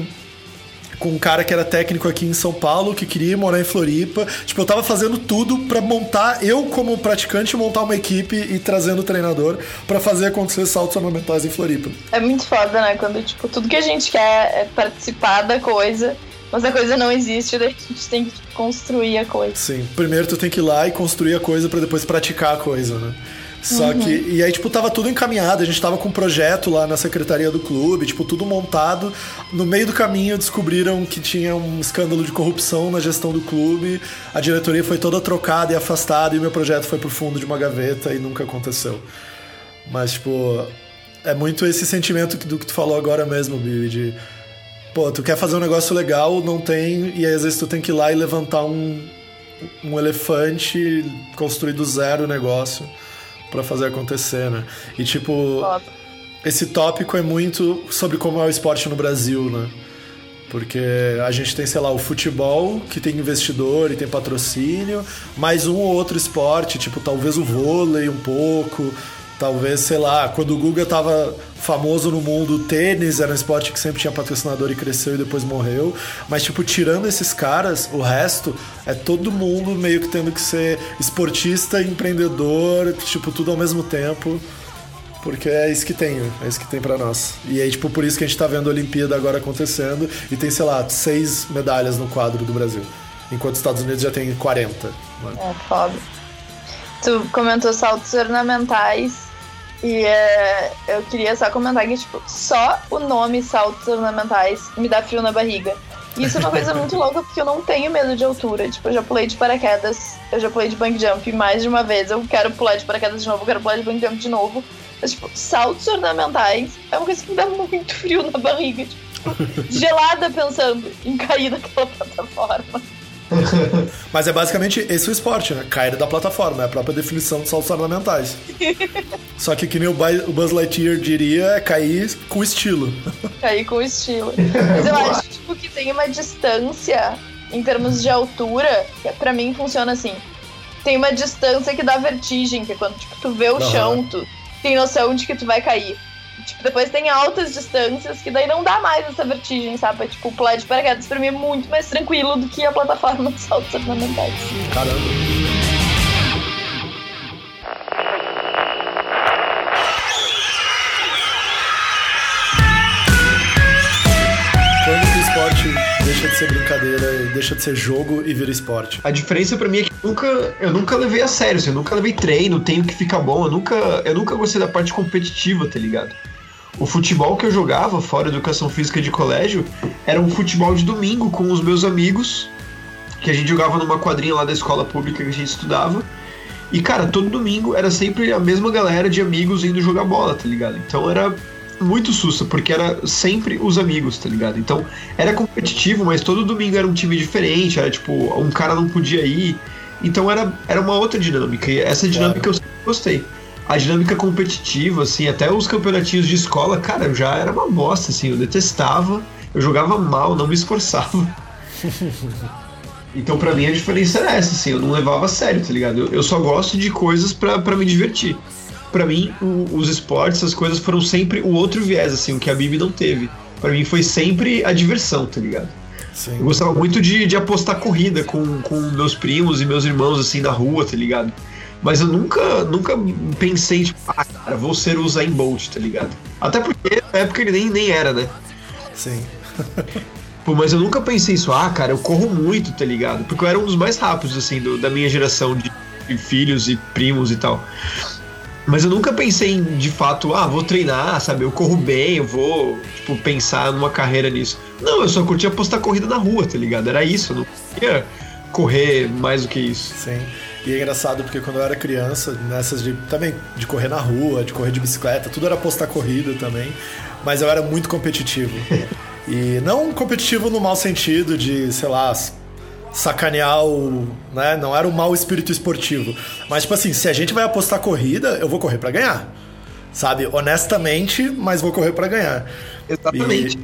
um cara que era técnico aqui em São Paulo, que queria morar em Floripa. Tipo, eu tava fazendo tudo pra montar, eu como praticante, montar uma equipe e trazendo o treinador pra fazer acontecer saltos ornamentais em Floripa.
É muito foda, né? Quando, tipo, tudo que a gente quer é participar da coisa, mas a coisa não existe, daí a gente tem que construir a coisa.
Sim, primeiro tu tem que ir lá e construir a coisa pra depois praticar a coisa, né? Só que, e aí, tipo, tava tudo encaminhado, a gente tava com um projeto lá na secretaria do clube, tipo, tudo montado. No meio do caminho descobriram que tinha um escândalo de corrupção na gestão do clube, a diretoria foi toda trocada e afastada, e o meu projeto foi pro fundo de uma gaveta e nunca aconteceu. Mas, tipo, é muito esse sentimento do que tu falou agora mesmo, Bibi, de, pô, tu quer fazer um negócio legal, não tem, e aí às vezes tu tem que ir lá e levantar um elefante, construir do zero o negócio pra fazer acontecer, né? E tipo, esse tópico é muito sobre como é o esporte no Brasil, né? Porque a gente tem, sei lá, o futebol, que tem investidor e tem patrocínio, mais um ou outro esporte, tipo, talvez o vôlei um pouco, talvez, sei lá, quando o Guga tava famoso no mundo, o tênis era um esporte que sempre tinha patrocinador e cresceu e depois morreu. Mas, tipo, tirando esses caras, o resto é todo mundo meio que tendo que ser esportista, empreendedor, tipo, tudo ao mesmo tempo. Porque é isso que tem, é isso que tem pra nós. E aí, tipo, por isso que a gente tá vendo a Olimpíada agora acontecendo e tem, sei lá, 6 medalhas no quadro do Brasil. Enquanto os Estados Unidos já tem 40. Né?
É, foda. Tu comentou saltos ornamentais e eu queria só comentar que, tipo, só o nome saltos ornamentais me dá frio na barriga. E isso é uma coisa muito louca, porque eu não tenho medo de altura. Tipo, eu já pulei de paraquedas, eu já pulei de bungee jump mais de uma vez, eu quero pular de paraquedas de novo, eu quero pular de bungee jump de novo. Mas, tipo, saltos ornamentais é uma coisa que me dá muito frio na barriga. Tipo, gelada pensando em cair daquela plataforma.
Mas é basicamente esse o esporte, né? Cair da plataforma, é a própria definição de saltos ornamentais. Só que nem o Buzz Lightyear diria, é cair com estilo.
Cair com estilo. Mas eu acho, tipo, que tem uma distância em termos de altura, que pra mim funciona assim. Tem uma distância que dá vertigem, que é quando, tipo, tu vê o chão, tu tem noção de que tu vai cair. Tipo, depois tem altas distâncias que daí não dá mais essa vertigem, sabe? Tipo, o pular de paraquedas pra mim é muito mais tranquilo do que a plataforma de saltos ornamentais.
Caramba. Quando que o esporte deixa de ser brincadeira e deixa de ser jogo e vira esporte?
A diferença pra mim é que eu nunca levei a sério, assim, eu nunca levei treino, tenho que ficar bom, eu nunca gostei da parte competitiva, tá ligado? O futebol que eu jogava, fora educação física de colégio, era um futebol de domingo com os meus amigos, que a gente jogava numa quadrinha lá da escola pública que a gente estudava. E, cara, todo domingo era sempre a mesma galera de amigos indo jogar bola, tá ligado? Então era muito sussa, porque era sempre os amigos, tá ligado? Então, era competitivo, mas todo domingo era um time diferente, era tipo, um cara não podia ir. Então era uma outra dinâmica, e essa dinâmica eu sempre gostei. A dinâmica competitiva, assim, até os campeonatinhos de escola, cara, já era uma bosta, assim, eu detestava, eu jogava mal, não me esforçava. Então pra mim a diferença era essa, assim, eu não levava a sério, tá ligado? Eu só gosto de coisas pra me divertir. Pra mim, os esportes, as coisas foram sempre o outro viés, assim, o que a Bibi não teve. Pra mim foi sempre a diversão, tá ligado? Sim. Eu gostava muito de apostar corrida com meus primos e meus irmãos, assim, na rua, tá ligado? Mas eu nunca pensei, tipo, cara, vou ser o Usain Bolt, tá ligado? Até porque na época ele nem era, né?
Sim.
Pô, mas eu nunca pensei isso, cara, eu corro muito, tá ligado? Porque eu era um dos mais rápidos, assim, da minha geração de filhos e primos e tal. Mas eu nunca pensei em, de fato, vou treinar, sabe? Eu corro bem, eu vou, tipo, pensar numa carreira nisso. Não, eu só curtia apostar corrida na rua, tá ligado? Era isso, eu não queria correr mais do que isso.
Sim. E é engraçado porque quando eu era criança, nessas também de correr na rua, de correr de bicicleta, tudo era apostar corrida também, mas eu era muito competitivo. E não competitivo no mau sentido de, sei lá, sacanear né? Não era o mau espírito esportivo. Mas, tipo assim, se a gente vai apostar corrida, eu vou correr pra ganhar. Sabe? Honestamente, mas vou correr pra ganhar.
Exatamente.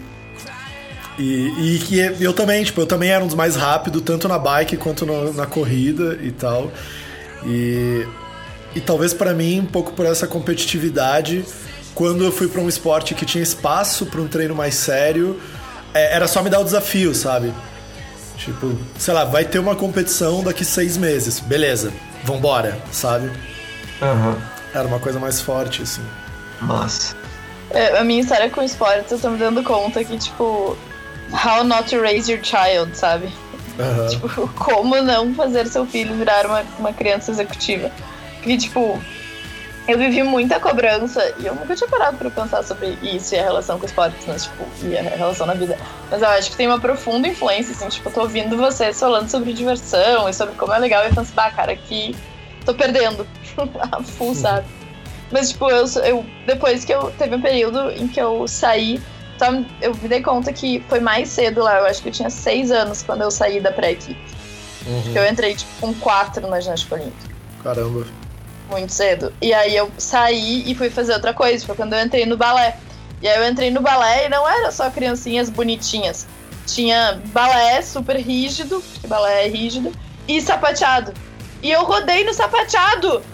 E que eu também era um dos mais rápidos, tanto na bike quanto na corrida e tal. E talvez pra mim, um pouco por essa competitividade, quando eu fui pra um esporte que tinha espaço pra um treino mais sério, era só me dar o desafio, sabe? Tipo, sei lá, vai ter uma competição daqui 6 meses. Beleza, vambora, sabe?
Uhum.
Era uma coisa mais forte, assim.
Massa.
A minha história com esportes, eu tô me dando conta que, tipo, how not to raise your child, sabe?
Uhum.
Tipo, como não fazer seu filho virar uma criança executiva. Porque, tipo, eu vivi muita cobrança e eu nunca tinha parado pra pensar sobre isso e a relação com esportes, né? Tipo, e a relação na vida. Mas eu acho que tem uma profunda influência, assim, tipo, eu tô ouvindo vocês falando sobre diversão e sobre como é legal e eu penso, cara, aqui tô perdendo a full, sabe? Mas, tipo, eu depois que eu teve um período em que eu saí, então eu me dei conta que foi mais cedo lá, eu acho que eu tinha 6 anos quando eu saí da pré-equipe. Porque eu entrei, tipo, com 4 na ginástica olímpica.
Caramba.
Muito cedo. E aí eu saí e fui fazer outra coisa, foi quando eu entrei no balé. E aí eu entrei no balé e não era só criancinhas bonitinhas. Tinha balé super rígido, porque balé é rígido, e sapateado. E eu rodei no sapateado!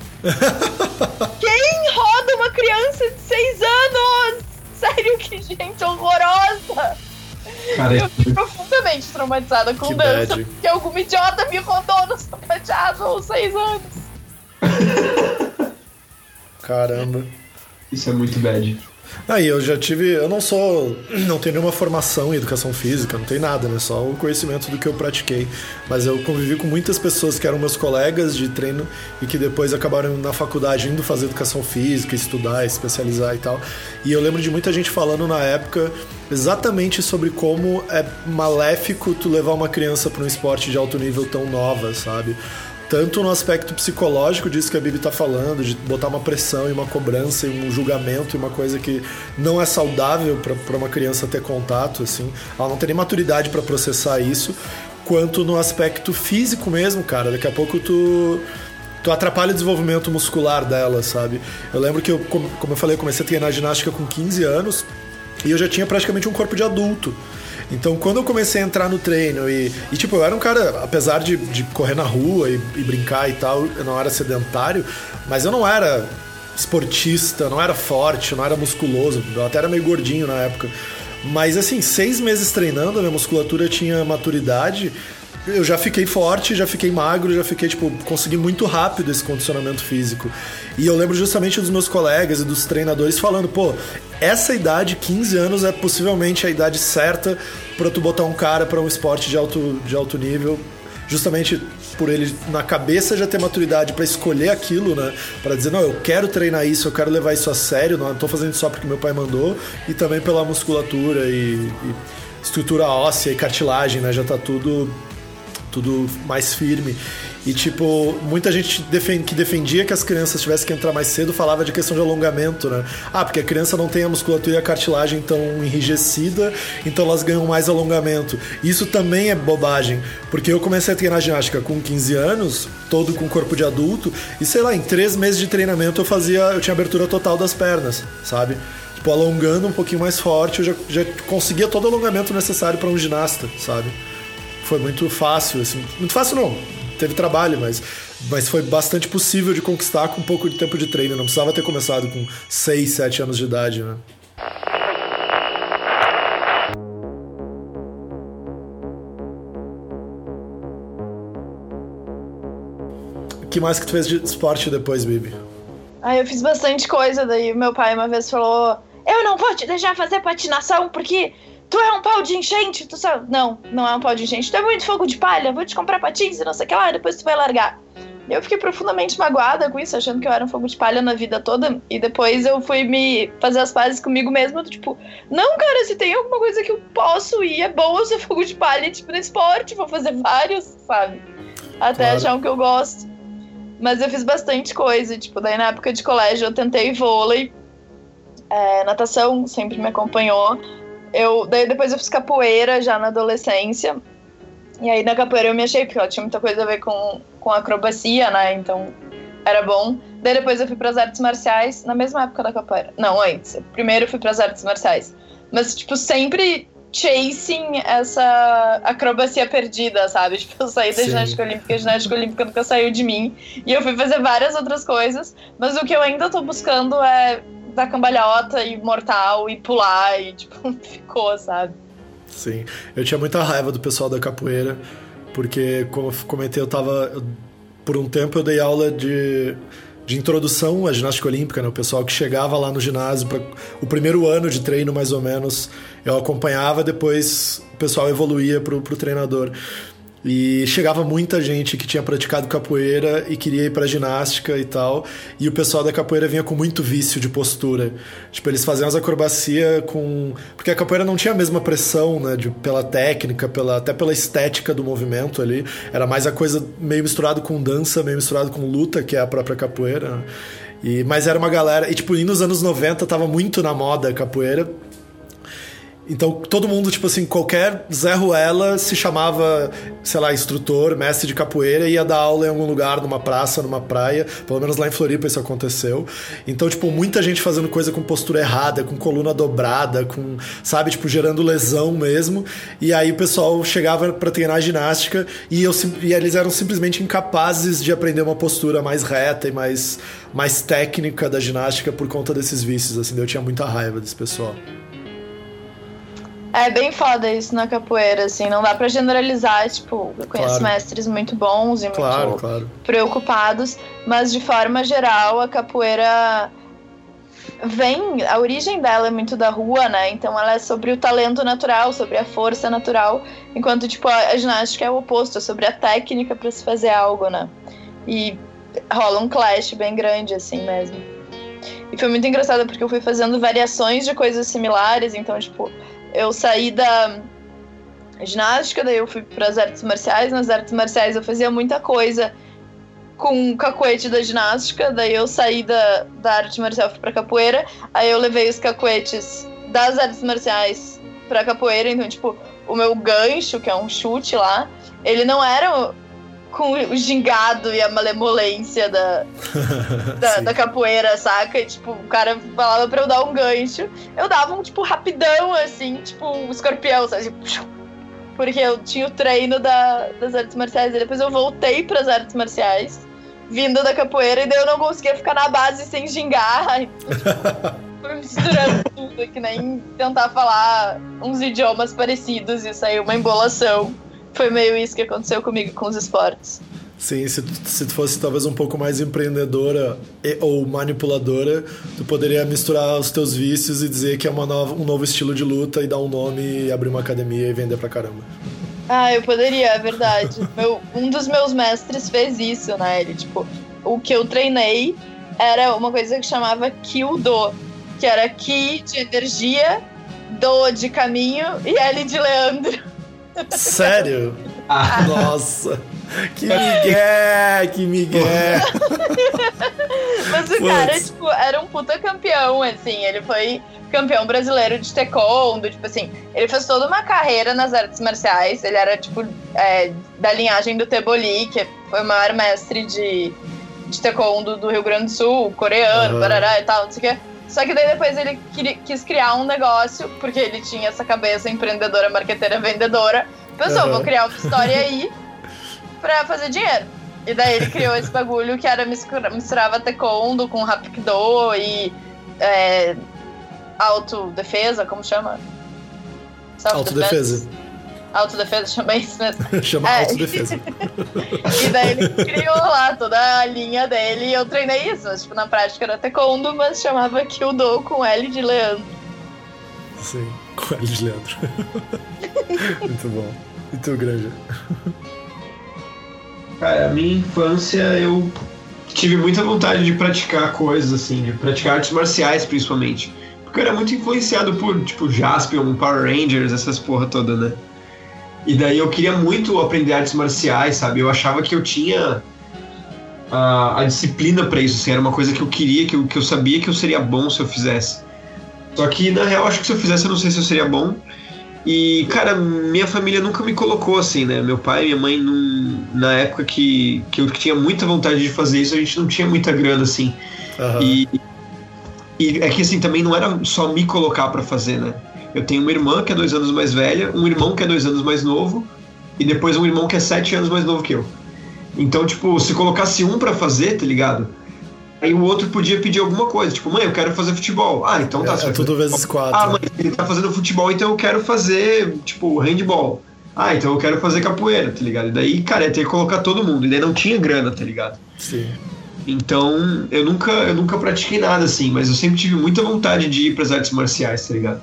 Quem roda uma criança de 6 anos? Sério, que gente horrorosa!
Cara,
eu fiquei profundamente traumatizada com dança,
bad.
porque alguma idiota me rodou no sapateado aos 6 anos.
Caramba.
Isso é muito bad.
Aí eu não tenho nenhuma formação em educação física, não tem nada, né? Só o conhecimento do que eu pratiquei. Mas eu convivi com muitas pessoas que eram meus colegas de treino e que depois acabaram na faculdade indo fazer educação física, estudar, especializar e tal. E eu lembro de muita gente falando na época exatamente sobre como é maléfico tu levar uma criança para um esporte de alto nível tão nova, sabe? Tanto no aspecto psicológico disso que a Bibi tá falando, de botar uma pressão e uma cobrança e um julgamento e uma coisa que não é saudável para uma criança ter contato, assim. Ela não tem nem maturidade para processar isso, quanto no aspecto físico mesmo, cara. Daqui a pouco tu atrapalha o desenvolvimento muscular dela, sabe? Eu lembro que como eu falei, eu comecei a treinar ginástica com 15 anos e eu já tinha praticamente um corpo de adulto. Então, quando eu comecei a entrar no treino e tipo, eu era um cara, apesar de correr na rua e brincar e tal, eu não era sedentário, mas eu não era esportista, não era forte, não era musculoso, eu até era meio gordinho na época. Mas, assim, 6 meses treinando, a minha musculatura tinha maturidade, eu já fiquei forte, já fiquei magro, já fiquei, tipo, consegui muito rápido esse condicionamento físico. E eu lembro justamente dos meus colegas e dos treinadores falando, pô, essa idade, 15 anos, é possivelmente a idade certa pra tu botar um cara pra um esporte de alto nível, justamente por ele na cabeça já ter maturidade pra escolher aquilo, né? Pra dizer, não, eu quero treinar isso, eu quero levar isso a sério, não tô fazendo só porque meu pai mandou, e também pela musculatura e estrutura óssea e cartilagem, né? Já tá tudo tudo mais firme. E, tipo, muita gente que defendia que as crianças tivessem que entrar mais cedo falava de questão de alongamento, né? Porque a criança não tem a musculatura e a cartilagem tão enrijecida, então elas ganham mais alongamento. Isso também é bobagem, porque eu comecei a treinar ginástica com 15 anos, todo com corpo de adulto, e sei lá, em 3 meses de treinamento eu tinha abertura total das pernas, sabe? Tipo, alongando um pouquinho mais forte, eu já conseguia todo o alongamento necessário para um ginasta, sabe? Foi muito fácil, assim. Muito fácil não, teve trabalho, mas foi bastante possível de conquistar com um pouco de tempo de treino. Não precisava ter começado com 6, 7 anos de idade, né? O que mais que tu fez de esporte depois, Bibi?
Eu fiz bastante coisa, daí meu pai uma vez falou: eu não vou te deixar fazer patinação porque tu é um pau de enchente, tu sabe? Não é um pau de enchente, tu é muito fogo de palha, vou te comprar patins e não sei o que lá, depois tu vai largar. E eu fiquei profundamente magoada com isso, achando que eu era um fogo de palha na vida toda, e depois eu fui me fazer as pazes comigo mesma, tipo, não, cara, se tem alguma coisa que eu posso e é bom eu ser fogo de palha, tipo, no esporte, vou fazer vários, sabe? Até achar um que eu gosto. Mas eu fiz bastante coisa, tipo, daí na época de colégio eu tentei vôlei, natação sempre me acompanhou. Daí depois eu fiz capoeira já na adolescência. E aí na capoeira eu me achei, porque ela tinha muita coisa a ver com acrobacia, né? Então era bom. Daí depois eu fui pras artes marciais, na mesma época da capoeira. Não, antes. Primeiro eu fui pras artes marciais. Mas, tipo, sempre chasing essa acrobacia perdida, sabe? Tipo, eu saí da ginástica olímpica, a ginástica olímpica nunca saiu de mim. E eu fui fazer várias outras coisas. Mas o que eu ainda tô buscando é dar cambalhota e mortal e pular e, tipo, ficou, sabe?
Sim, eu tinha muita raiva do pessoal da capoeira, porque, como eu comentei, por um tempo eu dei aula de introdução à ginástica olímpica, né? O pessoal que chegava lá no ginásio para o primeiro ano de treino, mais ou menos, eu acompanhava, depois o pessoal evoluía pro treinador. E chegava muita gente que tinha praticado capoeira e queria ir pra ginástica e tal, e o pessoal da capoeira vinha com muito vício de postura. Tipo, eles faziam as acrobacias porque a capoeira não tinha a mesma pressão, né, pela técnica, até pela estética do movimento ali. Era mais a coisa meio misturado com dança, meio misturado com luta, que é a própria capoeira, né? Mas era uma galera... E, tipo, nos anos 90 tava muito na moda a capoeira. Então, todo mundo, tipo assim, qualquer Zé Ruela se chamava, sei lá, instrutor, mestre de capoeira e ia dar aula em algum lugar, numa praça, numa praia. Pelo menos lá em Floripa isso aconteceu. Então, tipo, muita gente fazendo coisa com postura errada, com coluna dobrada, sabe, tipo, gerando lesão mesmo. E aí o pessoal chegava pra treinar ginástica e eles eram simplesmente incapazes de aprender uma postura mais reta e mais técnica da ginástica por conta desses vícios, assim. Eu tinha muita raiva desse pessoal.
É bem foda isso na capoeira, assim, não dá pra generalizar, tipo, eu conheço mestres muito bons e muito preocupados, mas de forma geral a capoeira a origem dela é muito da rua, né, então ela é sobre o talento natural, sobre a força natural, enquanto, tipo, a ginástica é o oposto, é sobre a técnica pra se fazer algo, né, e rola um clash bem grande, assim mesmo. E foi muito engraçado porque eu fui fazendo variações de coisas similares, então, tipo, eu saí da ginástica, daí eu fui para as artes marciais. Nas artes marciais eu fazia muita coisa com o cacuete da ginástica, daí eu saí da arte marcial, fui pra capoeira, aí eu levei os cacuetes das artes marciais pra capoeira, então, tipo, o meu gancho, que é um chute lá, ele não era com o gingado e a malemolência da capoeira, saca? E, tipo, o cara falava pra eu dar um gancho, eu dava um, tipo, rapidão, assim, tipo, um escorpião, sabe? Tipo, porque eu tinha o treino das artes marciais, e depois eu voltei pras artes marciais, vindo da capoeira, e daí eu não conseguia ficar na base sem gingar, então, tipo, fui misturando tudo, que nem tentar falar uns idiomas parecidos e sair uma embolação. Foi meio isso que aconteceu comigo com os esportes.
Sim, se tu fosse talvez um pouco mais empreendedora ou manipuladora, tu poderia misturar os teus vícios e dizer que é um novo estilo de luta e dar um nome e abrir uma academia e vender pra caramba.
Eu poderia, é verdade. Um dos meus mestres fez isso, né? Ele, tipo, o que eu treinei era uma coisa que chamava Ki-Do, que era Ki de energia, Do de caminho e L de Leandro.
Sério? Nossa, que migué.
Mas o cara, tipo, era um puta campeão, assim. Ele foi campeão brasileiro de taekwondo, tipo assim. Ele fez toda uma carreira nas artes marciais. Ele era, tipo, da linhagem do Teboli, que foi o maior mestre de taekwondo do Rio Grande do Sul, coreano, barará e tal, não sei o quê. Só que daí depois ele quis criar um negócio, porque ele tinha essa cabeça empreendedora, marqueteira, vendedora. Pensou, vou criar uma história aí pra fazer dinheiro. E daí ele criou esse bagulho que era misturava taekwondo com hapkido e autodefesa, como chama?
Autodefesa.
Autodefesa, chama isso mesmo.
Chama autodefesa.
E daí ele criou lá toda a linha dele e eu treinei isso. Mas, tipo, na prática era taekwondo, mas chamava Kyudo com L de Leandro.
Sim, com L de Leandro. Muito bom. E tu, Granja?
Cara, a minha infância eu tive muita vontade de praticar coisas assim, de praticar artes marciais principalmente. Porque eu era muito influenciado por, tipo, Jaspion, Power Rangers, essas porra toda, né? E daí eu queria muito aprender artes marciais, sabe? Eu achava que eu tinha a disciplina pra isso, assim, era uma coisa que eu queria, que eu sabia que eu seria bom se eu fizesse. Só que, na real, acho que se eu fizesse, eu não sei se eu seria bom. E, cara, minha família nunca me colocou assim, né? Meu pai e minha mãe, na época que eu tinha muita vontade de fazer isso, a gente não tinha muita grana, assim. E é que, assim, também não era só me colocar pra fazer, né? Eu tenho uma irmã que é 2 anos mais velha, um irmão que é 2 anos mais novo, e depois um irmão que é 7 anos mais novo que eu. Então, tipo, se colocasse um pra fazer, tá ligado? Aí o outro podia pedir alguma coisa, tipo, mãe, eu quero fazer futebol. Ah, então tá.
É tudo vezes 4.
Ah, mãe, ele tá fazendo futebol, então eu quero fazer, tipo, handball. Ah, então eu quero fazer capoeira, tá ligado? E daí, cara, ia ter que colocar todo mundo. E daí não tinha grana, tá ligado?
Sim.
Então, eu nunca pratiquei nada assim, mas eu sempre tive muita vontade de ir pras artes marciais, tá ligado?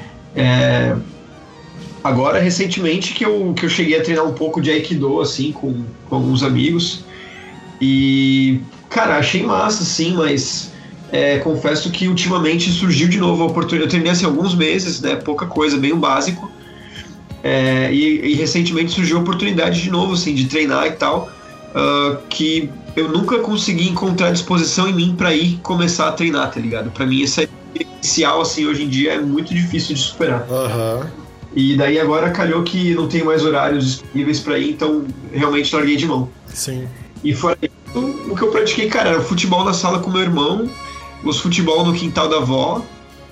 Agora, recentemente, que eu cheguei a treinar um pouco de Aikido, assim, com alguns amigos. E, cara, achei massa, assim, mas confesso que ultimamente surgiu de novo a oportunidade. Eu treinei assim alguns meses, né, pouca coisa, bem o básico. E recentemente surgiu a oportunidade de novo, assim, de treinar e tal, que eu nunca consegui encontrar disposição em mim pra ir começar a treinar, tá ligado? Pra mim, esse inicial, assim, hoje em dia é muito difícil de superar. E daí agora calhou que não tem mais horários disponíveis pra ir, então realmente larguei de mão.
Sim.
E fora isso, o que eu pratiquei, cara, era futebol na sala com meu irmão, os futebol no quintal da avó,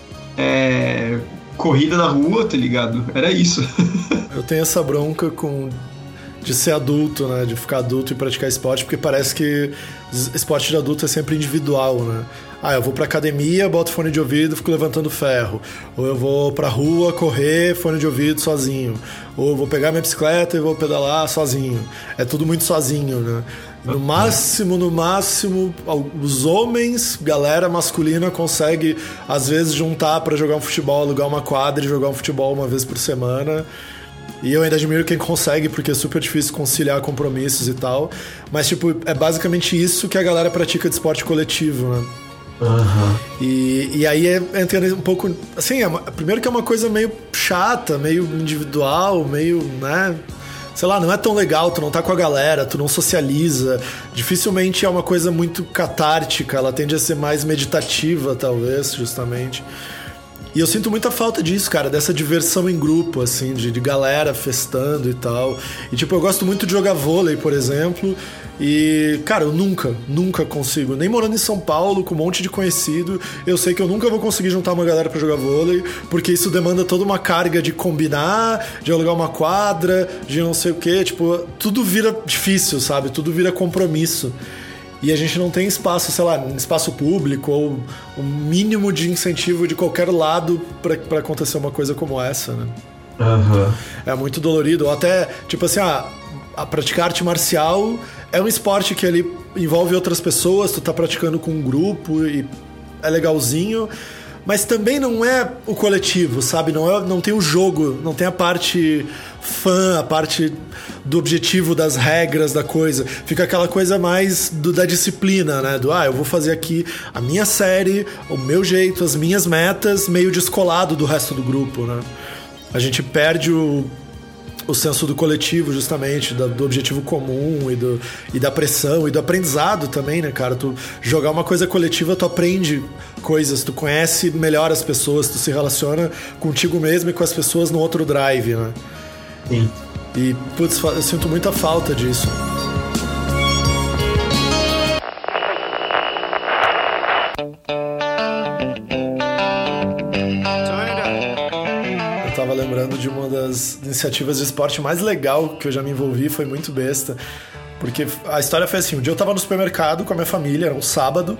corrida na rua, tá ligado? Era isso.
Eu tenho essa bronca de ser adulto, né? De ficar adulto e praticar esporte, porque parece que esporte de adulto é sempre individual, né? Ah, eu vou pra academia, boto fone de ouvido, fico levantando ferro. Ou eu vou pra rua correr, fone de ouvido sozinho. Ou eu vou pegar minha bicicleta e vou pedalar sozinho. É tudo muito sozinho, né? No máximo, os homens, galera masculina, consegue às vezes juntar pra jogar um futebol, alugar uma quadra e jogar um futebol uma vez por semana. E eu ainda admiro quem consegue, porque é super difícil conciliar compromissos e tal. Mas, tipo, é basicamente isso que a galera pratica de esporte coletivo, né? E aí entra um pouco... Assim, primeiro que é uma coisa meio chata, meio individual, meio, né... Sei lá, não é tão legal, tu não tá com a galera, tu não socializa. Dificilmente é uma coisa muito catártica, ela tende a ser mais meditativa, talvez, justamente. E eu sinto muita falta disso, cara, dessa diversão em grupo, assim, de galera festando e tal. E, tipo, eu gosto muito de jogar vôlei, por exemplo. E, cara, eu nunca consigo. Nem morando em São Paulo, com um monte de conhecido, eu sei que eu nunca vou conseguir juntar uma galera pra jogar vôlei, porque isso demanda toda uma carga de combinar, de alugar uma quadra, de não sei o quê. Tipo, tudo vira difícil, sabe? Tudo vira compromisso. E a gente não tem espaço, sei lá, espaço público ou um mínimo de incentivo de qualquer lado pra acontecer uma coisa como essa, né? É muito dolorido. Ou até, tipo assim, a praticar arte marcial é um esporte que ele envolve outras pessoas, tu tá praticando com um grupo e é legalzinho, mas também não é o coletivo, sabe? Não tem o jogo, não tem a parte fã, a parte do objetivo, das regras da coisa. Fica aquela coisa mais da disciplina, né? Eu vou fazer aqui a minha série, o meu jeito, as minhas metas, meio descolado do resto do grupo, né? A gente perde o senso do coletivo, justamente, do objetivo comum e da pressão e do aprendizado também, né, cara? Tu jogar uma coisa coletiva, tu aprende coisas, tu conhece melhor as pessoas, tu se relaciona contigo mesmo e com as pessoas no outro drive, né?
Sim.
E, putz, eu sinto muita falta disso. Eu tava lembrando de uma das iniciativas de esporte mais legal que eu já me envolvi, foi muito besta. Porque a história foi assim, um dia eu tava no supermercado com a minha família, era um sábado,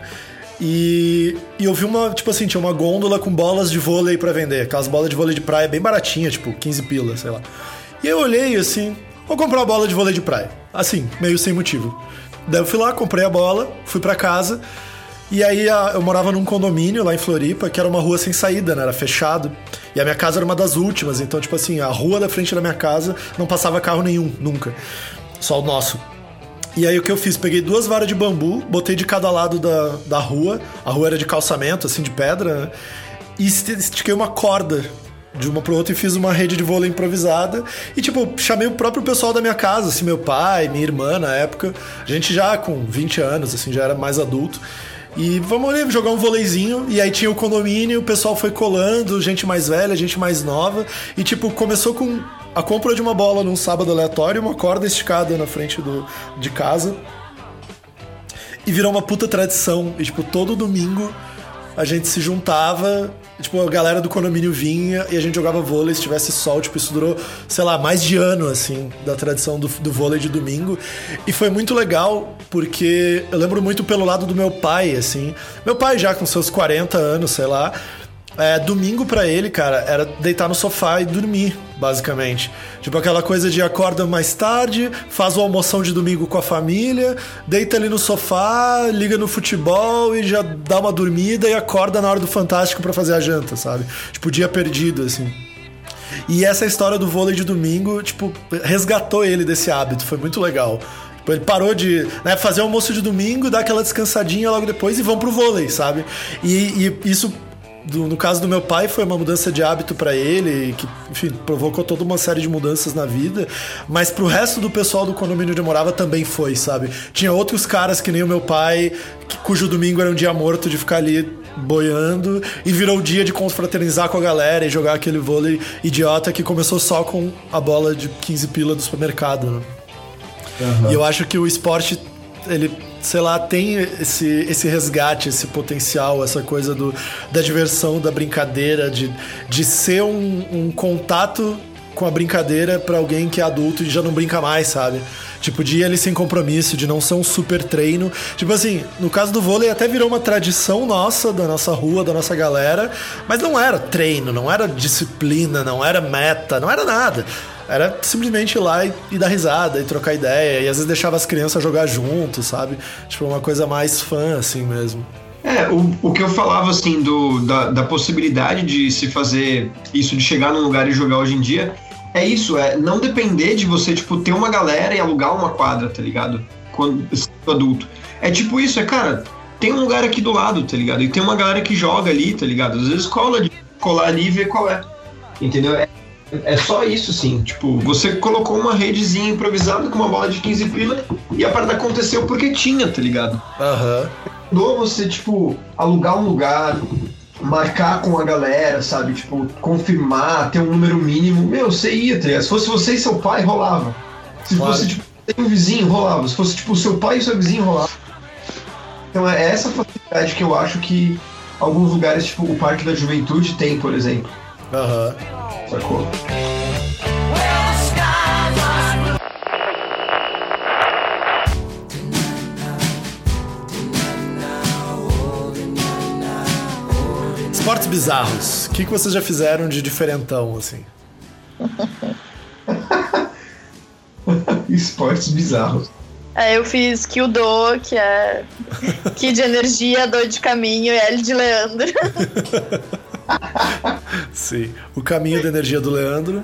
e eu vi tipo assim, tinha uma gôndola com bolas de vôlei pra vender, aquelas bolas de vôlei de praia bem baratinhas, tipo 15 pila, sei lá. E eu olhei assim, vou comprar uma bola de vôlei de praia, assim, meio sem motivo. Daí eu fui lá, comprei a bola, fui pra casa. E aí eu morava num condomínio lá em Floripa, que era uma rua sem saída, né? Era fechado. E a minha casa era uma das últimas. Então, tipo assim, a rua da frente da minha casa não passava carro nenhum, nunca. Só o nosso. E aí o que eu fiz? Peguei 2 varas de bambu, botei de cada lado da rua. A rua era de calçamento, assim, de pedra, né? E estiquei uma corda de uma pro outra e fiz uma rede de vôlei improvisada. E, tipo, chamei o próprio pessoal da minha casa, assim, meu pai, minha irmã na época. A gente já com 20 anos, assim, já era mais adulto. E vamos ali jogar um vôleizinho. E aí tinha o condomínio, o pessoal foi colando, gente mais velha, gente mais nova. E tipo, começou com a compra de uma bola num sábado aleatório, uma corda esticada na frente de casa. E virou uma puta tradição. E tipo, todo domingo a gente se juntava, tipo, a galera do condomínio vinha e a gente jogava vôlei se tivesse sol. Tipo, isso durou, sei lá, mais de ano, assim, da tradição do vôlei de domingo. E foi muito legal, porque eu lembro muito pelo lado do meu pai, assim. Meu pai já com seus 40 anos, sei lá. Domingo pra ele, cara, era deitar no sofá e dormir, basicamente. Tipo, aquela coisa de acorda mais tarde, faz o almoção de domingo com a família, deita ali no sofá, liga no futebol e já dá uma dormida e acorda na hora do Fantástico pra fazer a janta, sabe? Tipo, dia perdido, assim. E essa história do vôlei de domingo, tipo, resgatou ele desse hábito, foi muito legal. Tipo, ele parou de fazer o almoço de domingo, dar aquela descansadinha logo depois e vão pro vôlei, sabe? E isso... No caso do meu pai, foi uma mudança de hábito pra ele, que, enfim, provocou toda uma série de mudanças na vida, mas pro resto do pessoal do condomínio onde eu morava também foi, sabe? Tinha outros caras que nem o meu pai, cujo domingo era um dia morto de ficar ali boiando, e virou o dia de confraternizar com a galera e jogar aquele vôlei idiota que começou só com a bola de 15 pila do supermercado, né? Uhum. E eu acho que o esporte, ele... sei lá, tem esse resgate, esse potencial, essa coisa da diversão, da brincadeira, de ser um contato com a brincadeira pra alguém que é adulto e já não brinca mais, sabe? Tipo, de ir ali sem compromisso, de não ser um super treino. Tipo assim, no caso do vôlei até virou uma tradição nossa, da nossa rua, da nossa galera, mas não era treino, não era disciplina, não era meta, não era nada. Era simplesmente ir lá e dar risada, e trocar ideia, e às vezes deixava as crianças jogar junto, sabe? Tipo, uma coisa mais fã, assim mesmo.
O que eu falava, assim, da possibilidade de se fazer isso, de chegar num lugar e jogar hoje em dia, é isso, não depender de você, tipo, ter uma galera e alugar uma quadra, tá ligado? Quando você é adulto. É tipo isso, cara, tem um lugar aqui do lado, tá ligado? E tem uma galera que joga ali, tá ligado? Às vezes colar ali e ver qual é, entendeu? É só isso, sim. Tipo, você colocou uma redezinha improvisada com uma bola de 15 pila e a parada aconteceu porque tinha, tá ligado?
Aham.
Ou você, tipo, alugar um lugar, marcar com a galera, sabe? Tipo, confirmar, ter um número mínimo. Meu, você ia, tá ligado? Se fosse você e seu pai, rolava. Se fosse, tipo, tem um vizinho, rolava. Se fosse, tipo, seu pai e seu vizinho, rolava. Então é essa facilidade que eu acho que alguns lugares, tipo, o Parque da Juventude tem, por exemplo.
Aham.
Sacou?
Esportes bizarros. O que vocês já fizeram de diferentão, assim?
Esportes bizarros.
Eu fiz Kyudo, que é Ki de energia, Do de caminho e L de Leandro.
Sim, o caminho da energia do Leandro.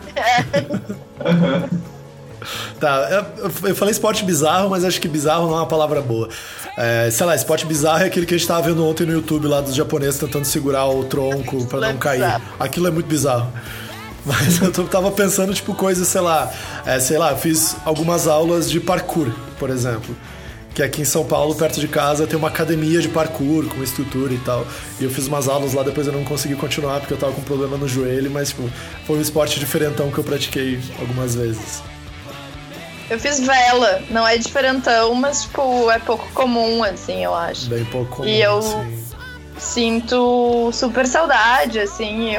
Tá, eu falei esporte bizarro, mas acho que bizarro não é uma palavra boa. Sei lá, esporte bizarro é aquele que a gente tava vendo ontem no YouTube lá dos japoneses tentando segurar o tronco pra não cair. Aquilo é muito bizarro. Mas eu tava pensando, tipo, coisas, sei lá, eu fiz algumas aulas de parkour, por exemplo. Que aqui em São Paulo, perto de casa, tem uma academia de parkour, com estrutura e tal. E eu fiz umas aulas lá, depois eu não consegui continuar, porque eu tava com problema no joelho, mas, tipo, foi um esporte diferentão que eu pratiquei algumas vezes.
Eu fiz vela, não é diferentão, mas, tipo, é pouco comum, assim, eu acho.
Bem pouco comum,
e eu
assim.
Sinto super saudade, assim,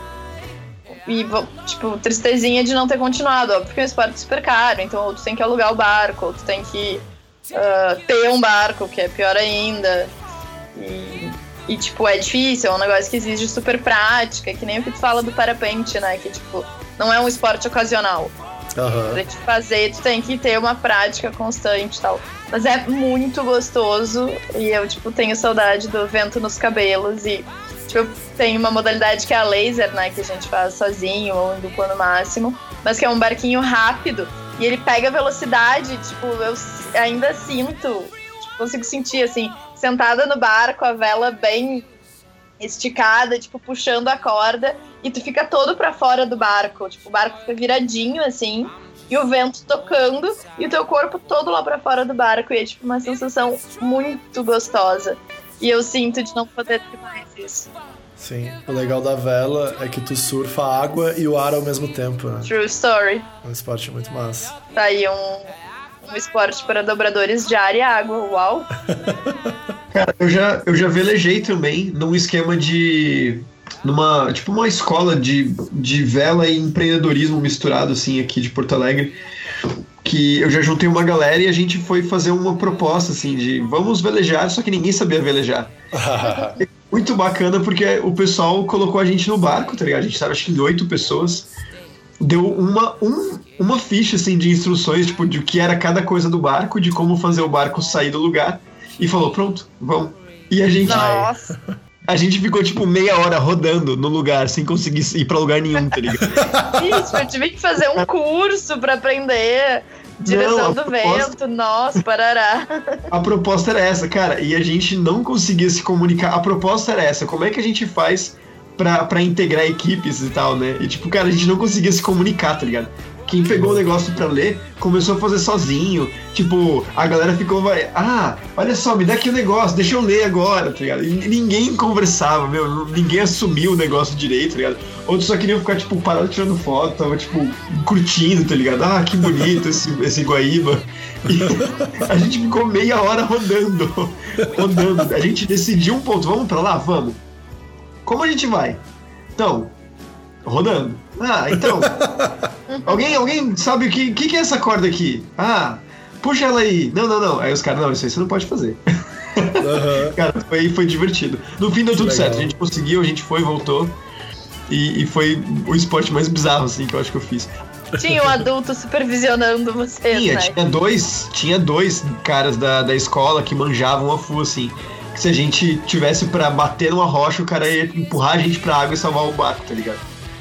tipo, tristezinha de não ter continuado, ó, porque é um esporte super caro, então ou tu tem que alugar o barco, ou tu tem que ter um barco, que é pior ainda, e tipo, é difícil, é um negócio que exige super prática, que nem o que tu fala do parapente, né, que tipo, não é um esporte ocasional. Pra te fazer, tu tem que ter uma prática constante e tal. Mas é muito gostoso e eu, tipo, tenho saudade do vento nos cabelos e, tipo, tem uma modalidade que é a laser, né, que a gente faz sozinho ou em dupla no máximo, mas que é um barquinho rápido e ele pega velocidade, tipo, eu ainda sinto, tipo, consigo sentir, assim, sentada no barco, a vela bem esticada, tipo, puxando a corda, e tu fica todo pra fora do barco, tipo, o barco fica viradinho, assim, e o vento tocando, e o teu corpo todo lá pra fora do barco, e é, tipo, uma sensação muito gostosa, e eu sinto de não poder ter mais isso.
Sim, o legal da vela é que tu surfa a água e o ar ao mesmo tempo, né?
True story.
É um esporte muito massa.
Tá aí um esporte para dobradores de ar e água, uau!
Cara, eu já velejei também num esquema de... tipo uma escola de vela e empreendedorismo misturado, assim, aqui de Porto Alegre, que eu já juntei uma galera e a gente foi fazer uma proposta, assim, de vamos velejar, só que ninguém sabia velejar. Muito bacana, porque o pessoal colocou a gente no barco, tá ligado? A gente tava, acho que 8 pessoas, deu uma ficha, assim, de instruções, tipo, de o que era cada coisa do barco, de como fazer o barco sair do lugar, e falou, pronto, vamos. E a gente...
Nossa!
A gente ficou, tipo, meia hora rodando no lugar, sem conseguir ir pra lugar nenhum, tá ligado?
Isso, eu tive que fazer um curso pra aprender direção do vento, nossa, parará.
A proposta era essa, cara, e a gente não conseguia se comunicar. A proposta era essa, como é que a gente faz pra integrar equipes e tal, né? E, tipo, cara, a gente não conseguia se comunicar, tá ligado? Quem pegou o negócio pra ler, começou a fazer sozinho. Tipo, a galera ficou, olha só, me dá aqui o negócio, deixa eu ler agora, tá ligado? E ninguém conversava, ninguém assumiu o negócio direito, tá ligado? Outros só queriam ficar, tipo, parado tirando foto, tava, tipo, curtindo, tá ligado? Ah, que bonito esse Guaíba. E a gente ficou meia hora rodando. A gente decidiu um ponto, vamos pra lá? Vamos. Como a gente vai? Então, rodando. Então. Alguém sabe o que é essa corda aqui? Puxa ela aí. Não. Aí os caras, não, isso aí você não pode fazer. Cara, foi divertido. No fim deu tudo certo. A gente conseguiu, a gente foi, voltou. E foi o esporte mais bizarro, assim, que eu acho que eu fiz.
Tinha um adulto supervisionando vocês, né?
Tinha dois caras da escola que manjavam a full, assim. Que se a gente tivesse pra bater numa rocha, o cara ia empurrar a gente pra água e salvar o barco, tá ligado?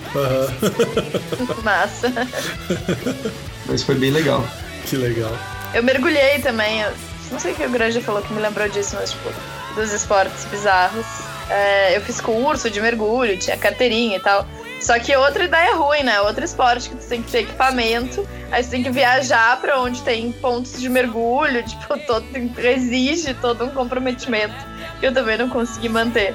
Massa.
Mas foi bem legal.
Que legal.
Eu mergulhei também. Não sei o que o Granja falou que me lembrou disso, mas tipo, dos esportes bizarros. Eu fiz curso de mergulho, tinha carteirinha e tal. Só que outra ideia ruim, né? Outro esporte que tu tem que ter equipamento, aí tu tem que viajar pra onde tem pontos de mergulho, tipo, exige todo um comprometimento que eu também não consegui manter.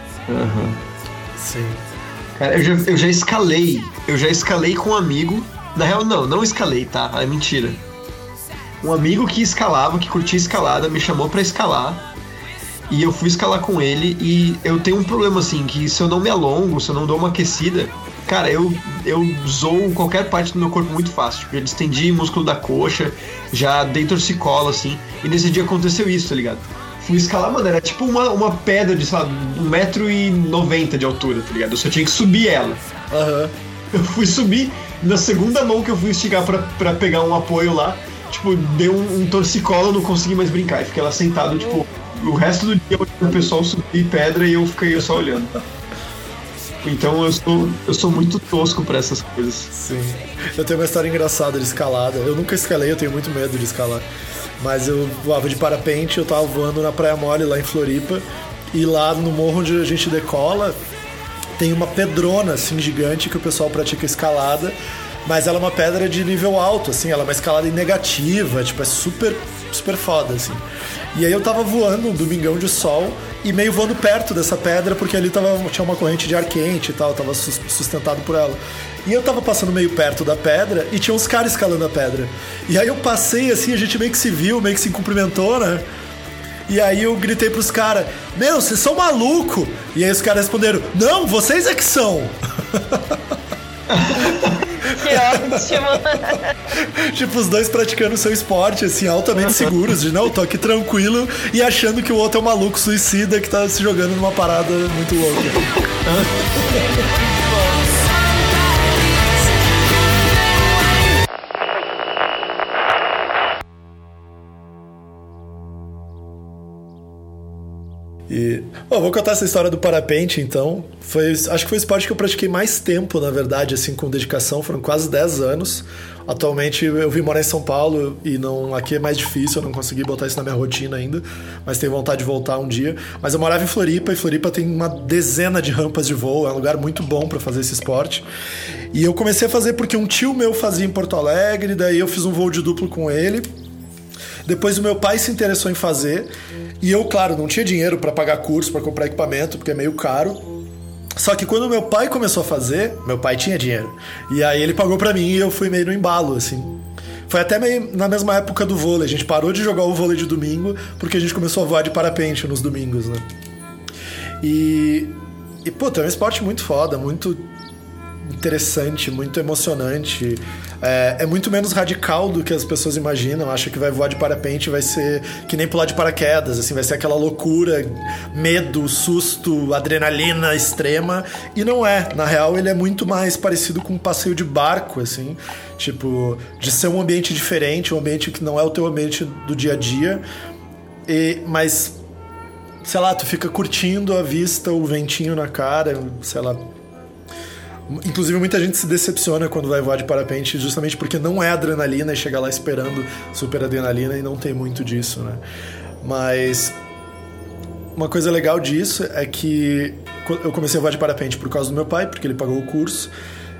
Sim.
Cara, eu já escalei com um amigo. Na real, não escalei, tá? É mentira. Um amigo que escalava, que curtia escalada, me chamou pra escalar. E eu fui escalar com ele. E eu tenho um problema, assim, que se eu não me alongo, se eu não dou uma aquecida, cara, eu zoo qualquer parte do meu corpo muito fácil. Tipo, já distendi músculo da coxa, já dei torcicolo, assim. E nesse dia aconteceu isso, tá ligado? Fui escalar, mano, era tipo uma pedra de, sei lá, 1,90 m de altura, tá ligado? Eu só tinha que subir ela. Eu fui subir, na segunda mão que eu fui esticar pra pegar um apoio lá, tipo, deu um torcicolo, eu não consegui mais brincar. E fiquei lá sentado, tipo, o resto do dia o pessoal subir pedra e eu fiquei só olhando. Então eu sou muito tosco pra essas coisas.
Sim. Eu tenho uma história engraçada de escalada. Eu nunca escalei, eu tenho muito medo de escalar. Mas eu voava de parapente, eu tava voando na Praia Mole, lá em Floripa. E lá no morro onde a gente decola, tem uma pedrona, assim, gigante que o pessoal pratica escalada, mas ela é uma pedra de nível alto, assim, ela é uma escalada em negativa, tipo, é super, super foda, assim. E aí eu tava voando um domingão de sol e meio voando perto dessa pedra, porque ali tinha uma corrente de ar quente e tal, tava sustentado por ela. E eu tava passando meio perto da pedra e tinha uns caras escalando a pedra. E aí eu passei, assim, a gente meio que se viu, meio que se cumprimentou, né? E aí eu gritei pros caras, meu, vocês são maluco? E aí os caras responderam, não, vocês é que são.
Que ótimo.
Tipo, os dois praticando seu esporte, assim, altamente seguros, de não, tô aqui tranquilo e achando que o outro é um maluco suicida que tá se jogando numa parada muito louca. Vou contar essa história do parapente, então. Acho que foi o esporte que eu pratiquei mais tempo, na verdade, assim, com dedicação. Foram quase 10 anos. Atualmente eu vim morar em São Paulo e aqui é mais difícil, eu não consegui botar isso na minha rotina ainda, mas tenho vontade de voltar um dia. Mas eu morava em Floripa, e Floripa tem uma dezena de rampas de voo, é um lugar muito bom para fazer esse esporte. E eu comecei a fazer porque um tio meu fazia em Porto Alegre, daí eu fiz um voo de duplo com ele. Depois o meu pai se interessou em fazer, e eu, claro, não tinha dinheiro para pagar curso, para comprar equipamento, porque é meio caro. Só que quando meu pai começou a fazer, meu pai tinha dinheiro. E aí ele pagou pra mim e eu fui meio no embalo, assim. Foi até meio na mesma época do vôlei. A gente parou de jogar o vôlei de domingo porque a gente começou a voar de parapente nos domingos, né? E pô, é um esporte muito foda, muito interessante, muito emocionante. É muito menos radical do que as pessoas imaginam. Acha que vai voar de parapente vai ser que nem pular de paraquedas, assim, vai ser aquela loucura, medo, susto, adrenalina extrema. E não é. Na real, ele é muito mais parecido com um passeio de barco, assim. Tipo, de ser um ambiente diferente, um ambiente que não é o teu ambiente do dia a dia. Mas, sei lá, tu fica curtindo a vista, o ventinho na cara, sei lá. Inclusive muita gente se decepciona quando vai voar de parapente justamente porque não é adrenalina e chega lá esperando super adrenalina e não tem muito disso, né? Mas uma coisa legal disso é que eu comecei a voar de parapente por causa do meu pai, porque ele pagou o curso,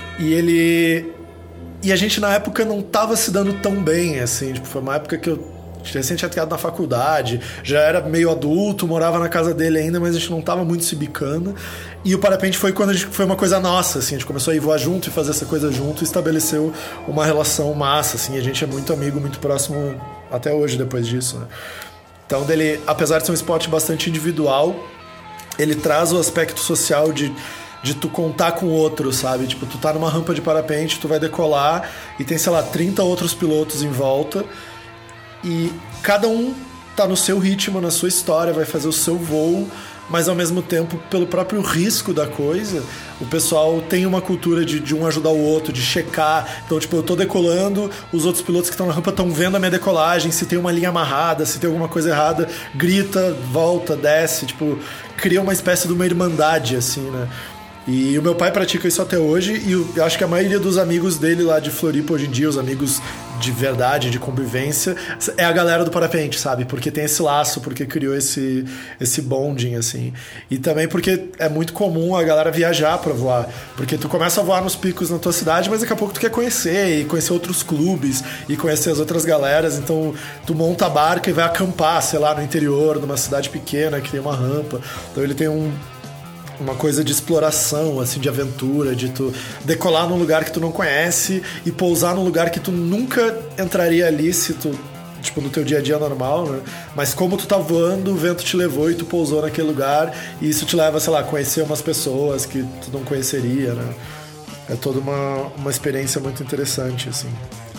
e a gente na época não tava se dando tão bem, assim, tipo, foi uma época que eu recém tinha entrado na faculdade, já era meio adulto, morava na casa dele ainda, mas a gente não tava muito se bicando. E o parapente foi quando foi uma coisa nossa, assim, a gente começou a ir voar junto e fazer essa coisa junto e estabeleceu uma relação massa, assim, a gente é muito amigo, muito próximo até hoje depois disso, né? Então, apesar de ser um esporte bastante individual, ele traz o aspecto social de tu contar com o outro, sabe? Tipo, tu tá numa rampa de parapente, tu vai decolar e tem, sei lá, 30 outros pilotos em volta. E cada um tá no seu ritmo, na sua história, vai fazer o seu voo, mas ao mesmo tempo, pelo próprio risco da coisa, o pessoal tem uma cultura de um ajudar o outro, de checar. Então, tipo, eu tô decolando, os outros pilotos que estão na rampa estão vendo a minha decolagem, se tem uma linha amarrada, se tem alguma coisa errada, grita, volta, desce, tipo, cria uma espécie de uma irmandade, assim, né? E o meu pai pratica isso até hoje, e eu acho que a maioria dos amigos dele lá de Floripa hoje em dia, os amigos de verdade, de convivência, é a galera do parapente, sabe? Porque tem esse laço, porque criou esse bonding, assim. E também porque é muito comum a galera viajar pra voar, porque tu começa a voar nos picos na tua cidade, mas daqui a pouco tu quer conhecer, e conhecer outros clubes, e conhecer as outras galeras, então tu monta a barca e vai acampar, sei lá, no interior, numa cidade pequena que tem uma rampa. Então ele tem uma coisa de exploração, assim, de aventura, de tu decolar num lugar que tu não conhece e pousar num lugar que tu nunca entraria ali se tu, tipo, no teu dia a dia normal, né? Mas como tu tá voando, o vento te levou e tu pousou naquele lugar e isso te leva, sei lá, a conhecer umas pessoas que tu não conheceria, né? É toda uma experiência muito interessante, assim.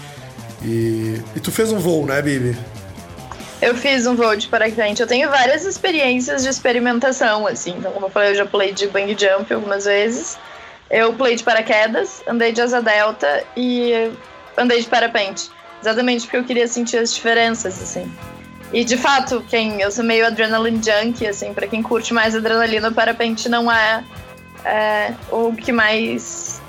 E tu fez um voo, né, Bibi?
Eu fiz um voo de parapente. Eu tenho várias experiências de experimentação, assim. Então, como eu falei, eu já pulei de bungee jump algumas vezes. Eu pulei de paraquedas, andei de asa delta e andei de parapente. Exatamente porque eu queria sentir as diferenças, assim. E, de fato, eu sou meio adrenaline junkie, assim. Pra quem curte mais adrenalina, o parapente não é o que mais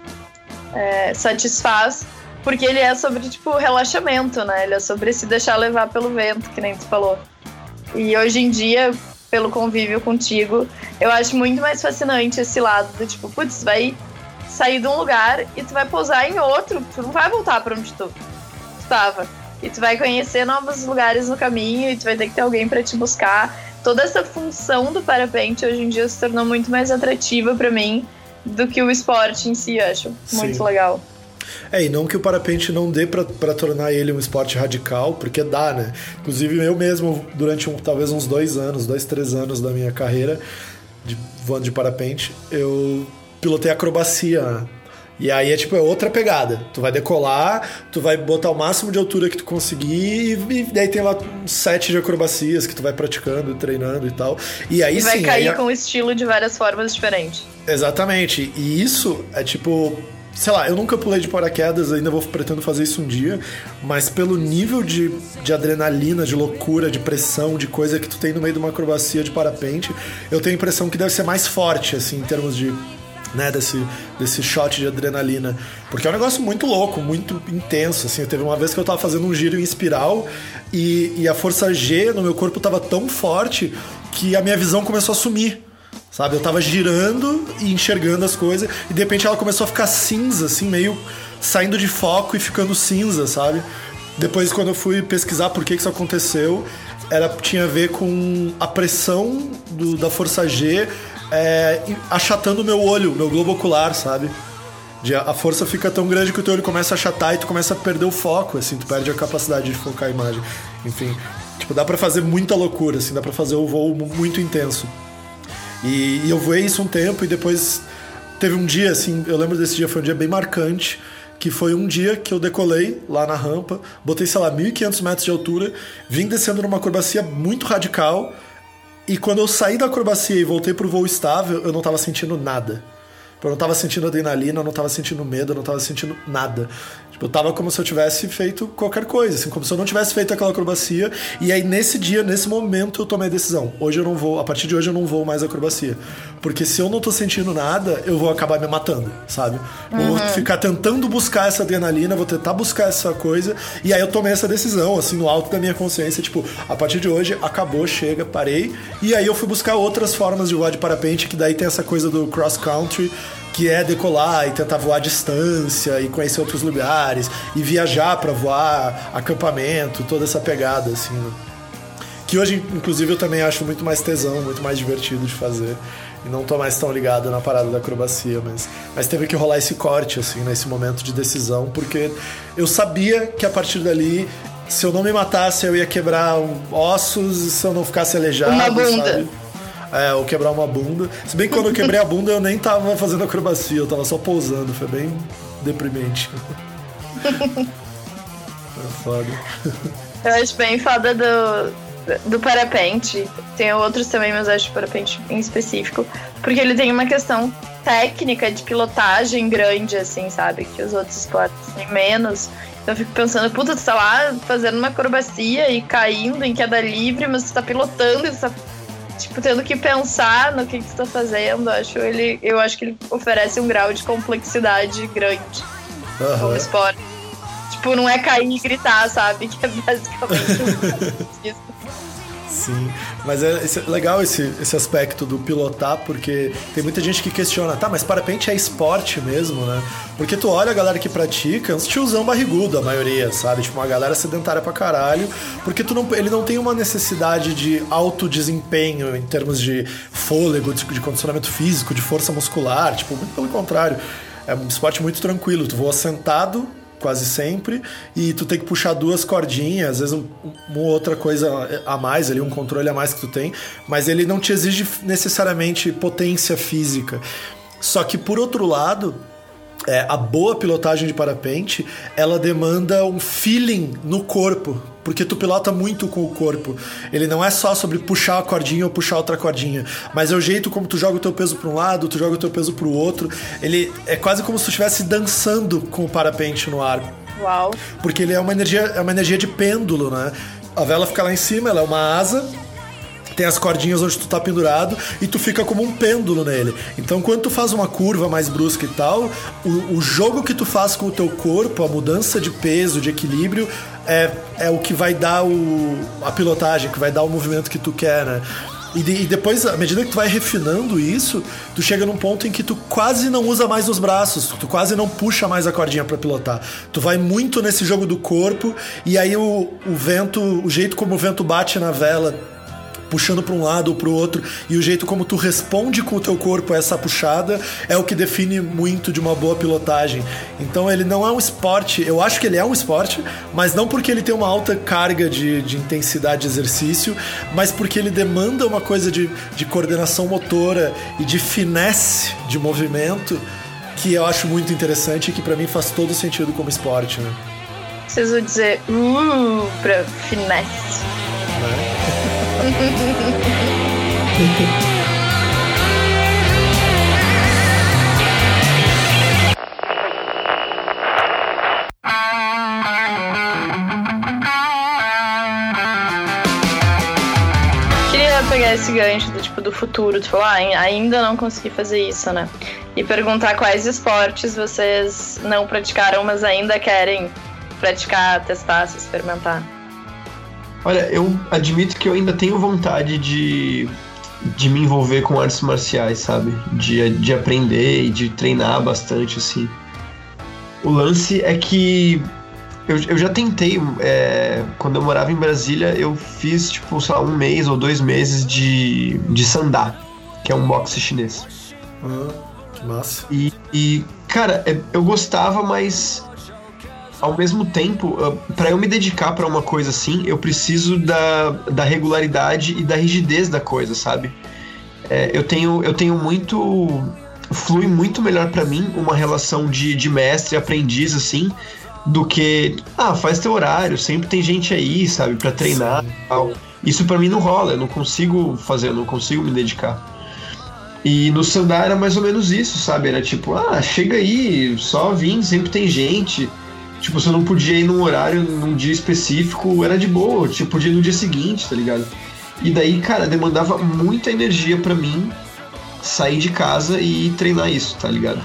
satisfaz. Porque ele é sobre, tipo, relaxamento, né? Ele é sobre se deixar levar pelo vento, que nem tu falou. E hoje em dia, pelo convívio contigo. Eu acho muito mais fascinante esse lado do tipo, putz, vai sair de um lugar e tu vai pousar em outro, tu não vai voltar pra onde tu estava. E tu vai conhecer novos lugares no caminho e tu vai ter que ter alguém pra te buscar. Toda essa função do parapente hoje em dia se tornou muito mais atrativa pra mim do que o esporte em si, eu acho. Muito
Sim.
legal.
E não que o parapente não dê pra tornar ele um esporte radical, porque dá, né? Inclusive eu mesmo, durante talvez uns 2, 3 anos da minha carreira voando de parapente, eu pilotei acrobacia, né? E aí é outra pegada. Tu vai decolar, tu vai botar o máximo de altura que tu conseguir e daí tem lá um set de acrobacias que tu vai praticando, treinando e tal. E aí
vai
sim,
cair com estilo de várias formas diferentes.
Exatamente. E isso é sei lá, eu nunca pulei de paraquedas, ainda pretendo fazer isso um dia, mas pelo nível de adrenalina, de loucura, de pressão, de coisa que tu tem no meio de uma acrobacia de parapente, eu tenho a impressão que deve ser mais forte, assim, em termos de, né, desse shot de adrenalina, porque é um negócio muito louco, muito intenso, assim. Teve uma vez que eu tava fazendo um giro em espiral e a força G no meu corpo tava tão forte que a minha visão começou a sumir. Sabe, eu tava girando e enxergando as coisas e de repente ela começou a ficar cinza, assim, meio saindo de foco e ficando cinza, sabe? Depois, quando eu fui pesquisar por que isso aconteceu, tinha a ver com a pressão da força G achatando o meu olho, meu globo ocular, sabe? A força fica tão grande que o teu olho começa a achatar e tu começa a perder o foco, assim, tu perde a capacidade de focar a imagem. Enfim, dá pra fazer muita loucura, assim, dá pra fazer o voo muito intenso. E eu voei isso um tempo e depois teve um dia, assim, eu lembro desse dia, foi um dia bem marcante, que foi um dia que eu decolei lá na rampa, botei, sei lá, 1.500 metros de altura, vim descendo numa acrobacia muito radical e quando eu saí da acrobacia e voltei pro voo estável, eu não tava sentindo nada. Eu não tava sentindo adrenalina, eu não tava sentindo medo, eu não tava sentindo nada. Eu tava como se eu tivesse feito qualquer coisa, assim, como se eu não tivesse feito aquela acrobacia. E aí nesse dia, nesse momento, eu tomei a decisão. A partir de hoje eu não vou mais acrobacia. Porque se eu não tô sentindo nada, eu vou acabar me matando, sabe? Vou ficar tentando buscar essa adrenalina, vou tentar buscar essa coisa. E aí eu tomei essa decisão, assim, no alto da minha consciência, a partir de hoje, acabou, chega, parei. E aí eu fui buscar outras formas de voar de parapente, que daí tem essa coisa do cross country, que é decolar e tentar voar à distância e conhecer outros lugares e viajar pra voar, acampamento, toda essa pegada, assim, né? Que hoje, inclusive, eu também acho muito mais tesão, muito mais divertido de fazer. E não tô mais tão ligado na parada da acrobacia, mas teve que rolar esse corte, assim, nesse momento de decisão, porque eu sabia que a partir dali, se eu não me matasse, eu ia quebrar ossos, se eu não ficasse aleijado,
uma bunda.
sabe? Ou quebrar uma bunda. Se bem que quando eu quebrei a bunda, eu nem tava fazendo acrobacia, eu tava só pousando. Foi bem deprimente. É foda.
Eu acho bem foda do parapente. Tem outros também, mas eu acho o parapente em específico. Porque ele tem uma questão técnica de pilotagem grande, assim, sabe? Que os outros esportes têm menos. Então eu fico pensando, puta, tu tá lá fazendo uma acrobacia e caindo em queda livre, mas tu tá pilotando e tu tá tendo que pensar no que tu tá fazendo. Eu acho que ele oferece um grau de complexidade grande como esporte. Não é cair e gritar, sabe? Que é basicamente isso.
Sim, mas é legal esse aspecto do pilotar, porque tem muita gente que questiona, tá, mas parapente é esporte mesmo, né? Porque tu olha a galera que pratica, uns tiozão barrigudo, a maioria, sabe? Uma galera sedentária pra caralho, porque ele não tem uma necessidade de alto desempenho em termos de fôlego, de condicionamento físico, de força muscular, muito pelo contrário. É um esporte muito tranquilo, tu voa sentado quase sempre, e tu tem que puxar 2 cordinhas, às vezes uma outra coisa a mais, ali, um controle a mais que tu tem, mas ele não te exige necessariamente potência física. Só que, por outro lado, a boa pilotagem de parapente, ela demanda um feeling no corpo, porque tu pilota muito com o corpo. Ele não é só sobre puxar a cordinha ou puxar outra cordinha, mas é o jeito como tu joga o teu peso para um lado, tu joga o teu peso para o outro. Ele é quase como se tu estivesse dançando com o parapente no ar.
Uau!
Porque ele é uma energia de pêndulo, né? A vela fica lá em cima, ela é uma asa, tem as cordinhas onde tu tá pendurado e tu fica como um pêndulo nele. Então, quando tu faz uma curva mais brusca e tal, o jogo que tu faz com o teu corpo, a mudança de peso, de equilíbrio, é o que vai dar a pilotagem, que vai dar o movimento que tu quer, né? E depois, à medida que tu vai refinando isso, tu chega num ponto em que tu quase não usa mais os braços, tu quase não puxa mais a cordinha pra pilotar. Tu vai muito nesse jogo do corpo, e aí o vento, o jeito como o vento bate na vela, puxando para um lado ou para o outro, e o jeito como tu responde com o teu corpo a essa puxada é o que define muito de uma boa pilotagem. Então ele não é um esporte, eu acho que ele é um esporte, mas não porque ele tem uma alta carga de intensidade de exercício, mas porque ele demanda uma coisa de coordenação motora e de finesse de movimento que eu acho muito interessante e que para mim faz todo sentido como esporte, né?
Preciso dizer pra finesse. Queria pegar esse gancho do futuro, tu falou, ainda não consegui fazer isso, né? E perguntar quais esportes vocês não praticaram, mas ainda querem praticar, testar, se experimentar.
Olha, eu admito que eu ainda tenho vontade de me envolver com artes marciais, sabe? De aprender e de treinar bastante, assim. O lance é que eu já tentei, quando eu morava em Brasília, eu fiz, tipo, sei lá, 1 mês ou 2 meses de sandá, que é um boxe chinês.
Que massa.
E cara, eu gostava, mas ao mesmo tempo, pra eu me dedicar pra uma coisa assim, eu preciso da regularidade e da rigidez da coisa, sabe? Eu tenho muito... Flui muito melhor pra mim uma relação de mestre e aprendiz, assim, do que... faz teu horário, sempre tem gente aí, sabe? Pra treinar e tal. Isso pra mim não rola, eu não consigo fazer, eu não consigo me dedicar. E no sandá era mais ou menos isso, sabe? Era tipo, chega aí, só vim, sempre tem gente... Tipo, se eu não podia ir num horário, num dia específico, era de boa. Tipo, podia ir no dia seguinte, tá ligado? E daí, cara, demandava muita energia pra mim sair de casa e treinar isso, tá ligado?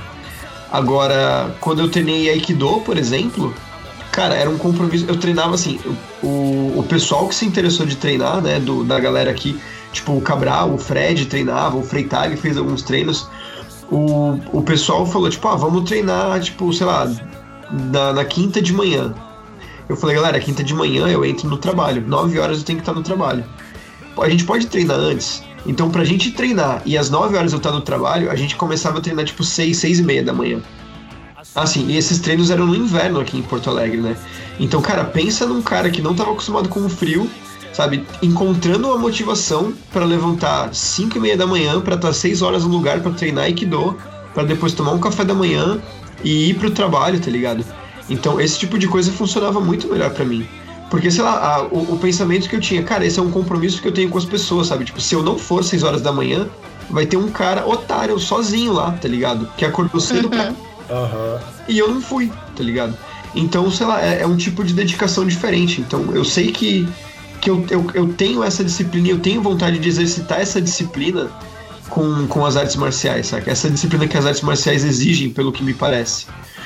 Agora, quando eu treinei Aikido, por exemplo, cara, era um compromisso. Eu treinava assim, o pessoal que se interessou de treinar, né, da galera aqui, tipo, o Cabral, o Fred treinava, o Freitag fez alguns treinos. O pessoal falou, tipo, vamos treinar, tipo, sei lá... Na quinta de manhã. Eu falei, galera, quinta de manhã eu entro no trabalho, 9 horas eu tenho que estar no trabalho. A gente pode treinar antes? Então pra gente treinar e às 9 horas eu estar no trabalho, a gente começava a treinar tipo 6h30 da manhã. Assim, e esses treinos eram no inverno aqui em Porto Alegre, né? Então, cara, pensa num cara que não estava acostumado com o frio, sabe? Encontrando uma motivação para levantar 5h30 da manhã, para estar 6 horas no lugar para treinar Aikido, para depois tomar um café da manhã e ir pro trabalho, tá ligado? Então esse tipo de coisa funcionava muito melhor pra mim. Porque, sei lá, o pensamento que eu tinha, cara, esse é um compromisso que eu tenho com as pessoas, sabe? Tipo, se eu não for 6 horas da manhã, vai ter um cara otário sozinho lá, tá ligado? Que acordou cedo pra... E eu não fui, tá ligado? Então, sei lá, é um tipo de dedicação diferente. Então eu sei que eu tenho essa disciplina, eu tenho vontade de exercitar essa disciplina com as artes marciais, sabe? Essa disciplina que as artes marciais exigem, pelo que me parece.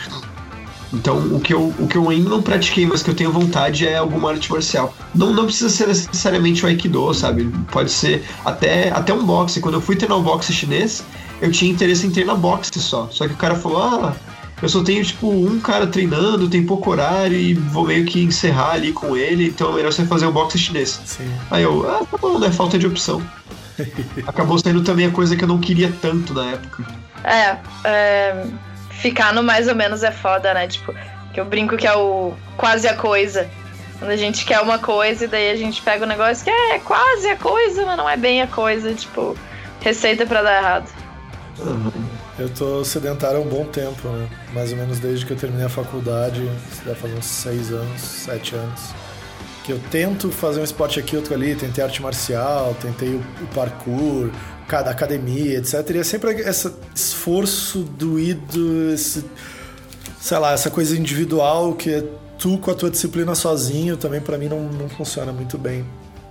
Então, o que eu ainda não pratiquei, mas que eu tenho vontade é alguma arte marcial. Não precisa ser necessariamente o Aikido, sabe? Pode ser até um boxe. Quando eu fui treinar o boxe chinês, eu tinha interesse em treinar boxe só. Só que o cara falou, eu só tenho, tipo, um cara treinando, tem pouco horário e vou meio que encerrar ali com ele, então é melhor você fazer o boxe chinês. Sim. Aí eu, tá bom, né? Falta de opção. Acabou sendo também a coisa que eu não queria tanto na época.
Ficar no mais ou menos é foda, né? Tipo, que eu brinco que é o quase a coisa. Quando a gente quer uma coisa e daí a gente pega um negócio que é quase a coisa, mas não é bem a coisa. Tipo, receita pra dar errado.
Eu tô sedentário há um bom tempo, né? Mais ou menos desde que eu terminei a faculdade. Isso deve fazer uns 6 anos, 7 anos. Que eu tento fazer um esporte aqui, outro ali, tentei arte marcial, tentei o parkour, da academia, etc. E é sempre esse esforço doído, sei lá, essa coisa individual que é tu com a tua disciplina sozinho, também pra mim não funciona muito bem.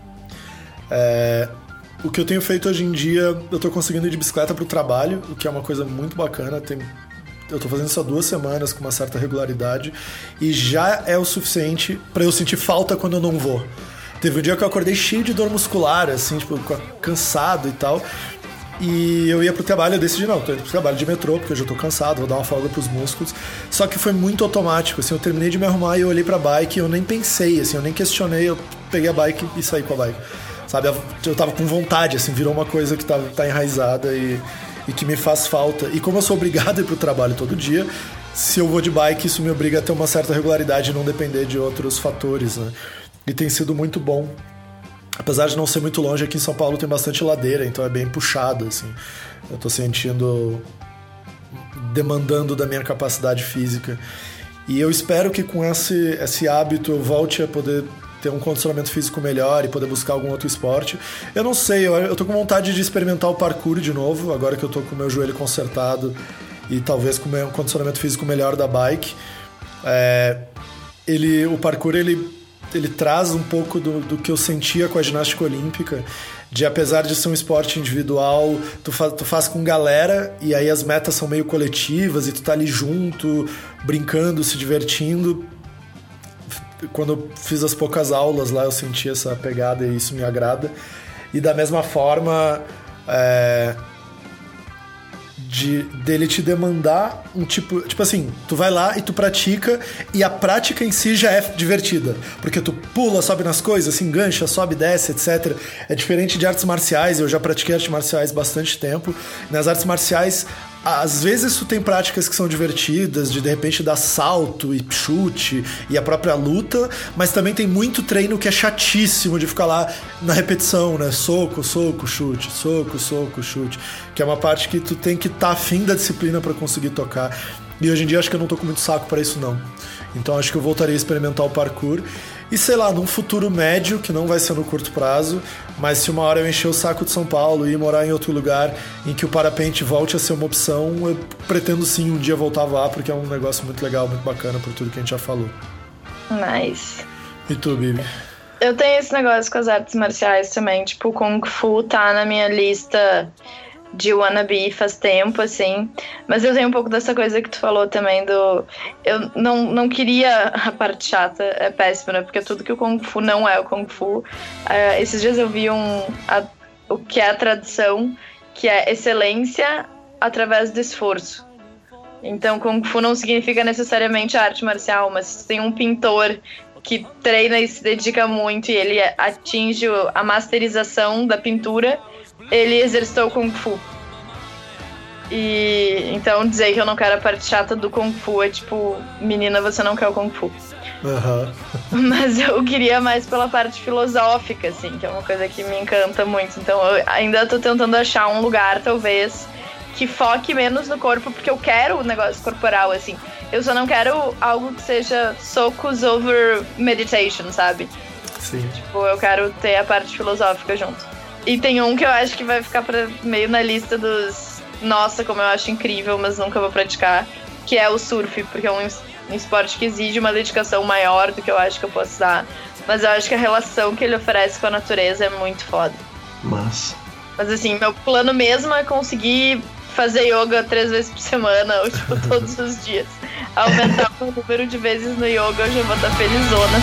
O que eu tenho feito hoje em dia, eu tô conseguindo ir de bicicleta pro trabalho, o que é uma coisa muito bacana. Eu tô fazendo isso há 2 semanas com uma certa regularidade e já é o suficiente pra eu sentir falta quando eu não vou. Teve um dia que eu acordei cheio de dor muscular, assim, tipo, cansado e tal. E eu ia pro trabalho, eu decidi, não, tô indo pro trabalho de metrô, porque eu já tô cansado, vou dar uma folga pros músculos. Só que foi muito automático, assim, eu terminei de me arrumar e eu olhei pra bike e eu nem pensei, assim, eu nem questionei, eu peguei a bike e saí com a bike. Sabe, eu tava com vontade, assim, virou uma coisa que tá enraizada e que me faz falta. E como eu sou obrigado a ir pro trabalho todo dia, se eu vou de bike, isso me obriga a ter uma certa regularidade e não depender de outros fatores, né? E tem sido muito bom. Apesar de não ser muito longe, aqui em São Paulo tem bastante ladeira, então é bem puxado, assim. Eu tô sentindo... demandando da minha capacidade física. E eu espero que com esse hábito eu volte a poder ter um condicionamento físico melhor e poder buscar algum outro esporte. Eu não sei, eu tô com vontade de experimentar o parkour de novo, agora que eu tô com o meu joelho consertado e talvez com um condicionamento físico melhor da bike. O parkour, ele traz um pouco do que eu sentia com a ginástica olímpica, de apesar de ser um esporte individual, tu faz com galera e aí as metas são meio coletivas e tu tá ali junto, brincando, se divertindo. Quando eu fiz as poucas aulas lá, eu senti essa pegada e isso me agrada. E da mesma forma, dele te demandar um tipo assim, tu vai lá e tu pratica e a prática em si já é divertida, porque tu pula, sobe nas coisas, se engancha, sobe, desce, etc. É diferente de artes marciais. Eu já pratiquei artes marciais bastante tempo. Nas artes marciais, às vezes tu tem práticas que são divertidas, de repente dar salto e chute e a própria luta, mas também tem muito treino que é chatíssimo de ficar lá na repetição, né? Soco, soco, chute, soco, soco, chute, que é uma parte que tu tem que estar afim da disciplina para conseguir tocar. E hoje em dia acho que eu não tô com muito saco para isso não. Então acho que eu voltaria a experimentar o parkour. E sei lá, num futuro médio, que não vai ser no curto prazo, mas se uma hora eu encher o saco de São Paulo e ir morar em outro lugar em que o parapente volte a ser uma opção, eu pretendo sim um dia voltar a voar, porque é um negócio muito legal, muito bacana por tudo que a gente já falou.
Nice.
E tu, Bibi?
Eu tenho esse negócio com as artes marciais também, tipo, o Kung Fu tá na minha lista de wannabe faz tempo, assim, mas eu tenho um pouco dessa coisa que tu falou também eu não queria, a parte chata é péssima, né, porque tudo que o Kung Fu não é o Kung Fu. Esses dias eu vi o que é a tradição, que é excelência através do esforço. Então Kung Fu não significa necessariamente arte marcial, mas se tem um pintor que treina e se dedica muito e ele atinge a masterização da pintura, ele exercitou o Kung Fu. E então dizer que eu não quero a parte chata do Kung Fu é tipo, menina, você não quer o Kung Fu.
Uhum.
Mas eu queria mais pela parte filosófica, assim, que é uma coisa que me encanta muito. Então eu ainda tô tentando achar um lugar, talvez, que foque menos no corpo, porque eu quero o negócio corporal, assim. Eu só não quero algo que seja socos over meditation, sabe?
Sim.
Tipo, eu quero ter a parte filosófica junto. E tem um que eu acho que vai ficar meio na lista dos... Nossa, como eu acho incrível, mas nunca vou praticar. Que é o surf, porque é um esporte que exige uma dedicação maior do que eu acho que eu posso dar. Mas eu acho que a relação que ele oferece com a natureza é muito foda.
Mas
assim, meu plano mesmo é conseguir fazer yoga 3 vezes por semana, ou tipo, todos os dias. Aumentar o número de vezes no yoga, eu já vou estar felizona.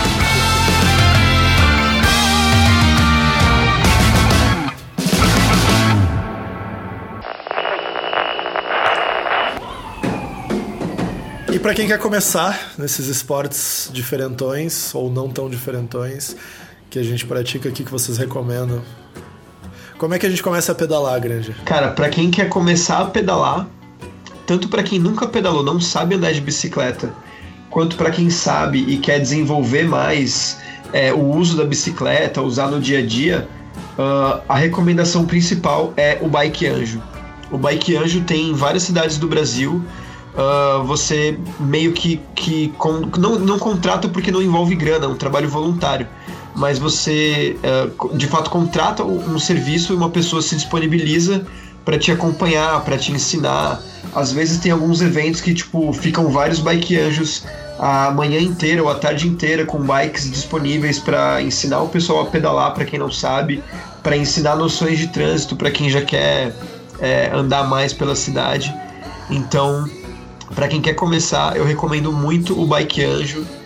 E pra quem quer começar nesses esportes diferentões, ou não tão diferentões, que a gente pratica aqui, que vocês recomendam? Como é que a gente começa a pedalar, Granger?
Cara, pra quem quer começar a pedalar, tanto pra quem nunca pedalou, não sabe andar de bicicleta, quanto pra quem sabe e quer desenvolver mais o uso da bicicleta, usar no dia a dia, a recomendação principal é o Bike Anjo. O Bike Anjo tem em várias cidades do Brasil. Você meio que não contrata porque não envolve grana, é um trabalho voluntário, mas você de fato contrata um serviço e uma pessoa se disponibiliza para te acompanhar, para te ensinar. Às vezes tem alguns eventos que tipo ficam vários bike anjos a manhã inteira ou a tarde inteira com bikes disponíveis para ensinar o pessoal a pedalar, para quem não sabe, para ensinar noções de trânsito para quem já quer andar mais pela cidade. Então, para quem quer começar, eu recomendo muito o Bike Anjo.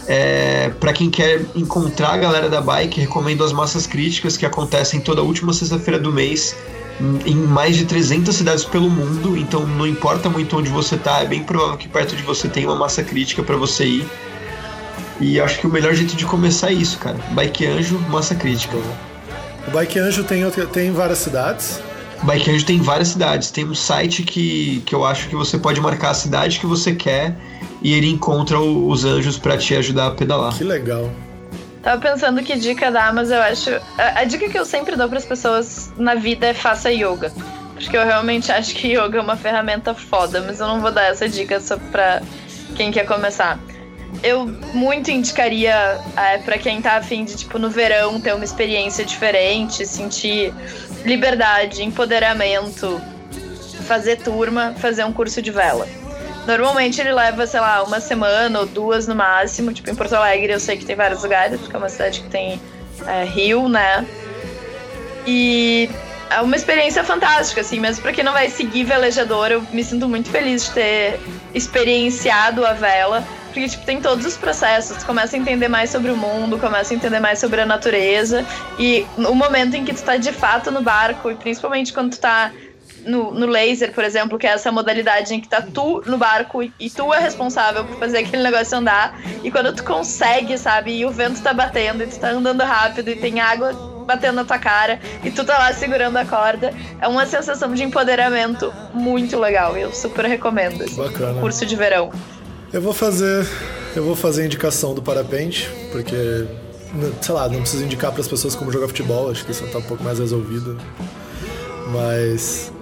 Para quem quer encontrar a galera da bike, recomendo as massas críticas que acontecem toda última sexta-feira do mês em mais de 300 cidades pelo mundo, então não importa muito onde você tá, é bem provável que perto de você tenha uma massa crítica para você ir. E acho que o melhor jeito de começar é isso, cara. Bike Anjo, massa crítica.
O Bike Anjo tem várias cidades?
O Bike Anjo tem várias cidades. Tem um site que eu acho que você pode marcar a cidade que você quer e ele encontra os anjos pra te ajudar a pedalar.
Que legal.
Tava pensando que dica dar, mas eu acho... A dica que eu sempre dou pras pessoas na vida é faça yoga. Porque eu realmente acho que yoga é uma ferramenta foda, mas eu não vou dar essa dica só pra quem quer começar. Eu muito indicaria pra quem tá afim de, tipo, no verão, ter uma experiência diferente, sentir liberdade, empoderamento, fazer turma, fazer um curso de vela. Normalmente ele leva, sei lá, 1 semana ou 2 no máximo. Tipo, em Porto Alegre eu sei que tem vários lugares, porque é uma cidade que tem rio, né? E é uma experiência fantástica, assim, mesmo pra quem não vai seguir velejador, eu me sinto muito feliz de ter experienciado a vela. Porque, tipo, tem todos os processos, tu começa a entender mais sobre o mundo, começa a entender mais sobre a natureza. E o momento em que tu tá de fato no barco, e principalmente quando tu tá no laser, por exemplo, que é essa modalidade em que tá tu no barco e tu é responsável por fazer aquele negócio andar. E quando tu consegue, sabe, e o vento tá batendo, e tu tá andando rápido, e tem água batendo na tua cara, e tu tá lá segurando a corda, é uma sensação de empoderamento muito legal. Eu super recomendo esse curso de verão.
Eu vou fazer a indicação do parapente, porque, sei lá, não preciso indicar para as pessoas como jogar futebol, acho que isso tá um pouco mais resolvido. Mas,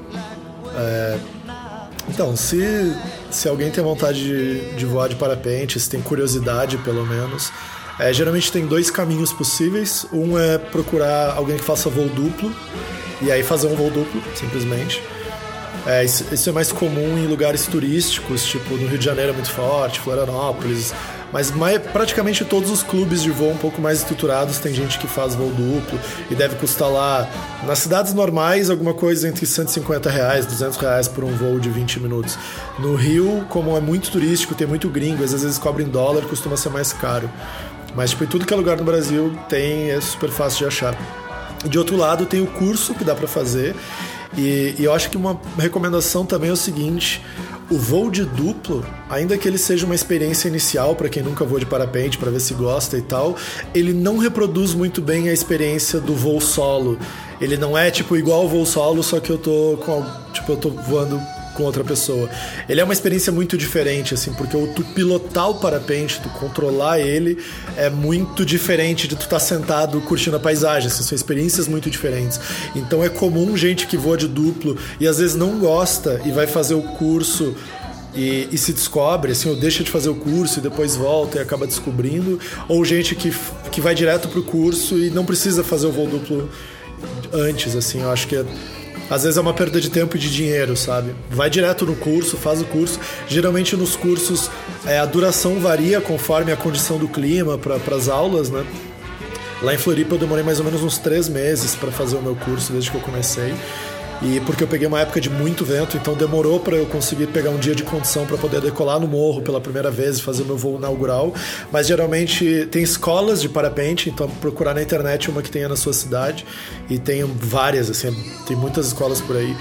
então, se alguém tem vontade de voar de parapente, se tem curiosidade pelo menos, geralmente tem 2 caminhos possíveis. Um é procurar alguém que faça voo duplo, e aí fazer um voo duplo, simplesmente. Isso é mais comum em lugares turísticos, tipo no Rio de Janeiro é muito forte, Florianópolis, mas praticamente todos os clubes de voo um pouco mais estruturados tem gente que faz voo duplo e deve custar lá, nas cidades normais, alguma coisa entre R$150, R$200 por um voo de 20 minutos. No Rio, como é muito turístico, tem muito gringo, às vezes cobrem em dólar, costuma ser mais caro. Mas tipo, em tudo que é lugar no Brasil é super fácil de achar. E de outro lado tem o curso que dá pra fazer. E eu acho que uma recomendação também é o seguinte: o voo de duplo, ainda que ele seja uma experiência inicial para quem nunca voou de parapente, para ver se gosta e tal, ele não reproduz muito bem a experiência do voo solo. Ele não é tipo igual ao voo solo, só que eu tô voando com outra pessoa. Ele é uma experiência muito diferente, assim, porque tu pilotar o parapente, tu controlar ele, é muito diferente de tu estar sentado curtindo a paisagem, assim, são experiências muito diferentes. Então é comum gente que voa de duplo e às vezes não gosta e vai fazer o curso e se descobre, assim, ou deixa de fazer o curso e depois volta e acaba descobrindo, ou gente que vai direto pro curso e não precisa fazer o voo duplo antes, assim, eu acho que às vezes é uma perda de tempo e de dinheiro, sabe? Vai direto no curso, faz o curso. Geralmente nos cursos a duração varia conforme a condição do clima para as aulas, né? Lá em Floripa eu demorei mais ou menos uns 3 meses para fazer o meu curso desde que eu comecei. E porque eu peguei uma época de muito vento, então demorou para eu conseguir pegar um dia de condição para poder decolar no morro pela primeira vez e fazer o meu voo inaugural. Mas geralmente tem escolas de parapente, então procurar na internet uma que tenha na sua cidade. E tem várias, assim, tem muitas escolas por aí.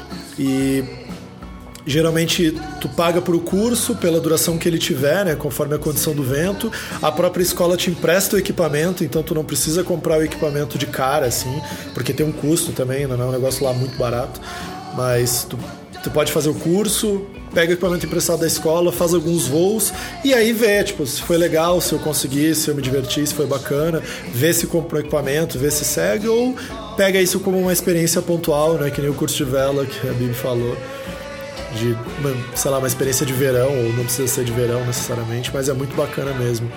E geralmente tu paga por o curso pela duração que ele tiver, né, conforme a condição do vento. A própria escola te empresta o equipamento, então tu não precisa comprar o equipamento de cara, assim, porque tem um custo também, não é um negócio lá muito barato. Mas tu pode fazer o curso, pega o equipamento emprestado da escola, faz alguns voos e aí vê, tipo, se foi legal, se eu consegui, se eu me diverti, se foi bacana, vê se compra o equipamento, vê se segue, ou pega isso como uma experiência pontual, né, que nem o curso de vela que a Bibi falou. De, sei lá, uma experiência de verão, ou não precisa ser de verão necessariamente, mas é muito bacana mesmo.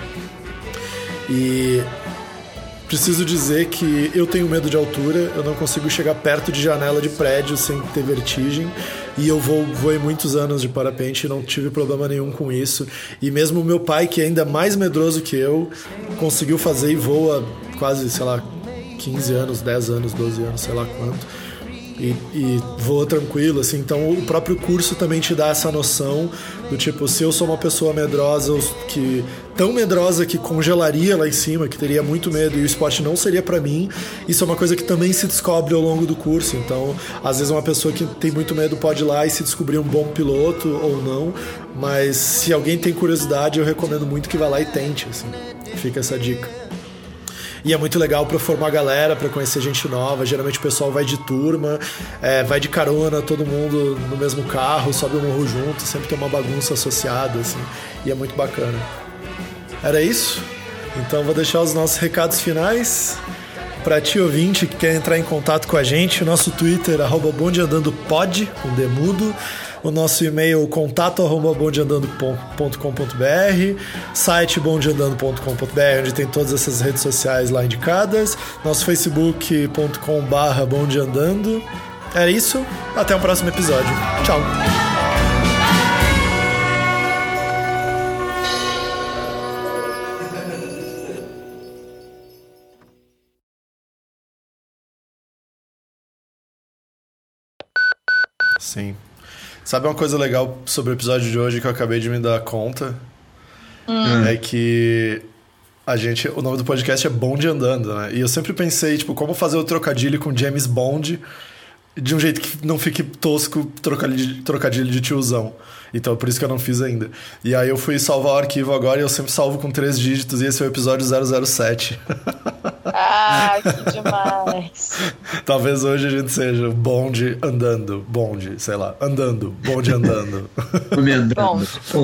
E preciso dizer que eu tenho medo de altura, eu não consigo chegar perto de janela de prédio sem ter vertigem, e eu voei muitos anos de parapente e não tive problema nenhum com isso. E mesmo o meu pai, que é ainda mais medroso que eu, conseguiu fazer e voa quase, sei lá, 15 anos, 10 anos, 12 anos, sei lá quanto. E voa tranquilo, assim. Então o próprio curso também te dá essa noção do tipo, se eu sou uma pessoa medrosa que tão medrosa que congelaria lá em cima, que teria muito medo e o esporte não seria pra mim. Isso é uma coisa que também se descobre ao longo do curso. Então, às vezes uma pessoa que tem muito medo pode ir lá e se descobrir um bom piloto ou não. Mas se alguém tem curiosidade, eu recomendo muito que vá lá e tente, assim. Fica essa dica. E é muito legal pra formar a galera, pra conhecer gente nova. Geralmente o pessoal vai de turma, vai de carona, todo mundo no mesmo carro, sobe o morro junto, sempre tem uma bagunça associada, assim, e é muito bacana. Era isso? Então vou deixar os nossos recados finais. Pra ti, ouvinte, que quer entrar em contato com a gente, o nosso Twitter, @bondeandandopod, com D mudo. O nosso e-mail, contato@bondeandando.com.br, site bondeandando.com.br, onde tem todas essas redes sociais lá indicadas, nosso facebook.com/bondeandando. É isso, até o próximo episódio. Tchau! Sim. Sabe uma coisa legal sobre o episódio de hoje que eu acabei de me dar conta? É que o nome do podcast é Bonde Andando, né? E eu sempre pensei, tipo, como fazer o trocadilho com James Bond de um jeito que não fique tosco, trocadilho de tiozão. Então, por isso que eu não fiz ainda. E aí eu fui salvar o arquivo agora e eu sempre salvo com 3 dígitos e esse é o episódio 007.
Ah, que demais.
Talvez hoje a gente seja bonde andando, bonde, sei lá, andando, bonde andando.
Me andando.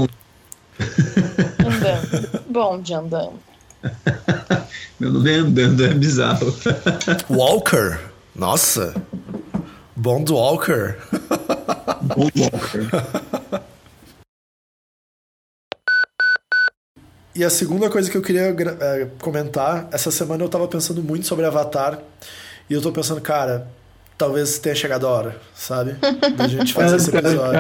Andando. Bonde andando.
Meu nome é Andando, é bizarro.
Walker? Nossa. Bond Walker.
Bond Walker.
E a segunda coisa que eu queria comentar, essa semana eu tava pensando muito sobre Avatar, e eu tô pensando, cara, talvez tenha chegado a hora, sabe? Da gente fazer esse episódio.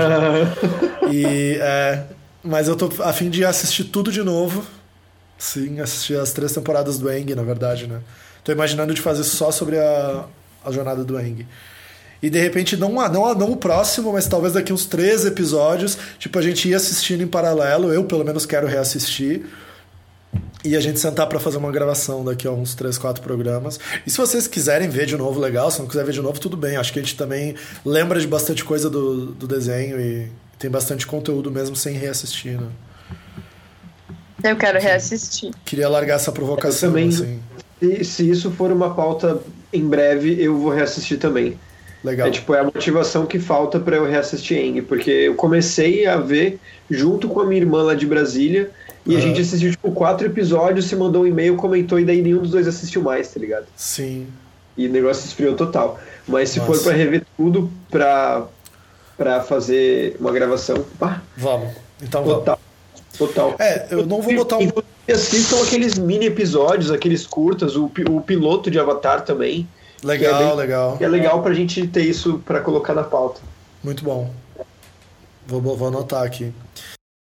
Mas eu tô a fim de assistir tudo de novo. Sim, assistir as 3 temporadas do Aang, na verdade, né? Tô imaginando de fazer só sobre a jornada do Aang. E de repente, não o próximo, mas talvez daqui uns 3 episódios, tipo, a gente ia assistindo em paralelo, eu pelo menos quero reassistir, e a gente sentar pra fazer uma gravação daqui a uns 3, 4 programas. E se vocês quiserem ver de novo, legal. Se não quiser ver de novo, tudo bem. Acho que a gente também lembra de bastante coisa do desenho e tem bastante conteúdo mesmo sem reassistir, né?
Eu quero reassistir.
Queria largar essa provocação,
também,
assim.
Se isso for uma pauta em breve, eu vou reassistir também.
Legal.
É a motivação que falta pra eu reassistir Aang, porque eu comecei a ver junto com a minha irmã lá de Brasília, e a gente assistiu 4 episódios, se mandou um e-mail, comentou, e daí nenhum dos dois assistiu mais, tá ligado?
Sim.
E o negócio esfriou total. Mas se for pra rever tudo, pra fazer uma gravação, pá.
Vamos. Então
total.
vamos.
Total.
Eu não vou botar um...
E assistam aqueles mini episódios, aqueles curtas, o piloto de Avatar também.
Legal, legal.
É legal pra gente ter isso pra colocar na pauta.
Muito bom. Vou anotar aqui.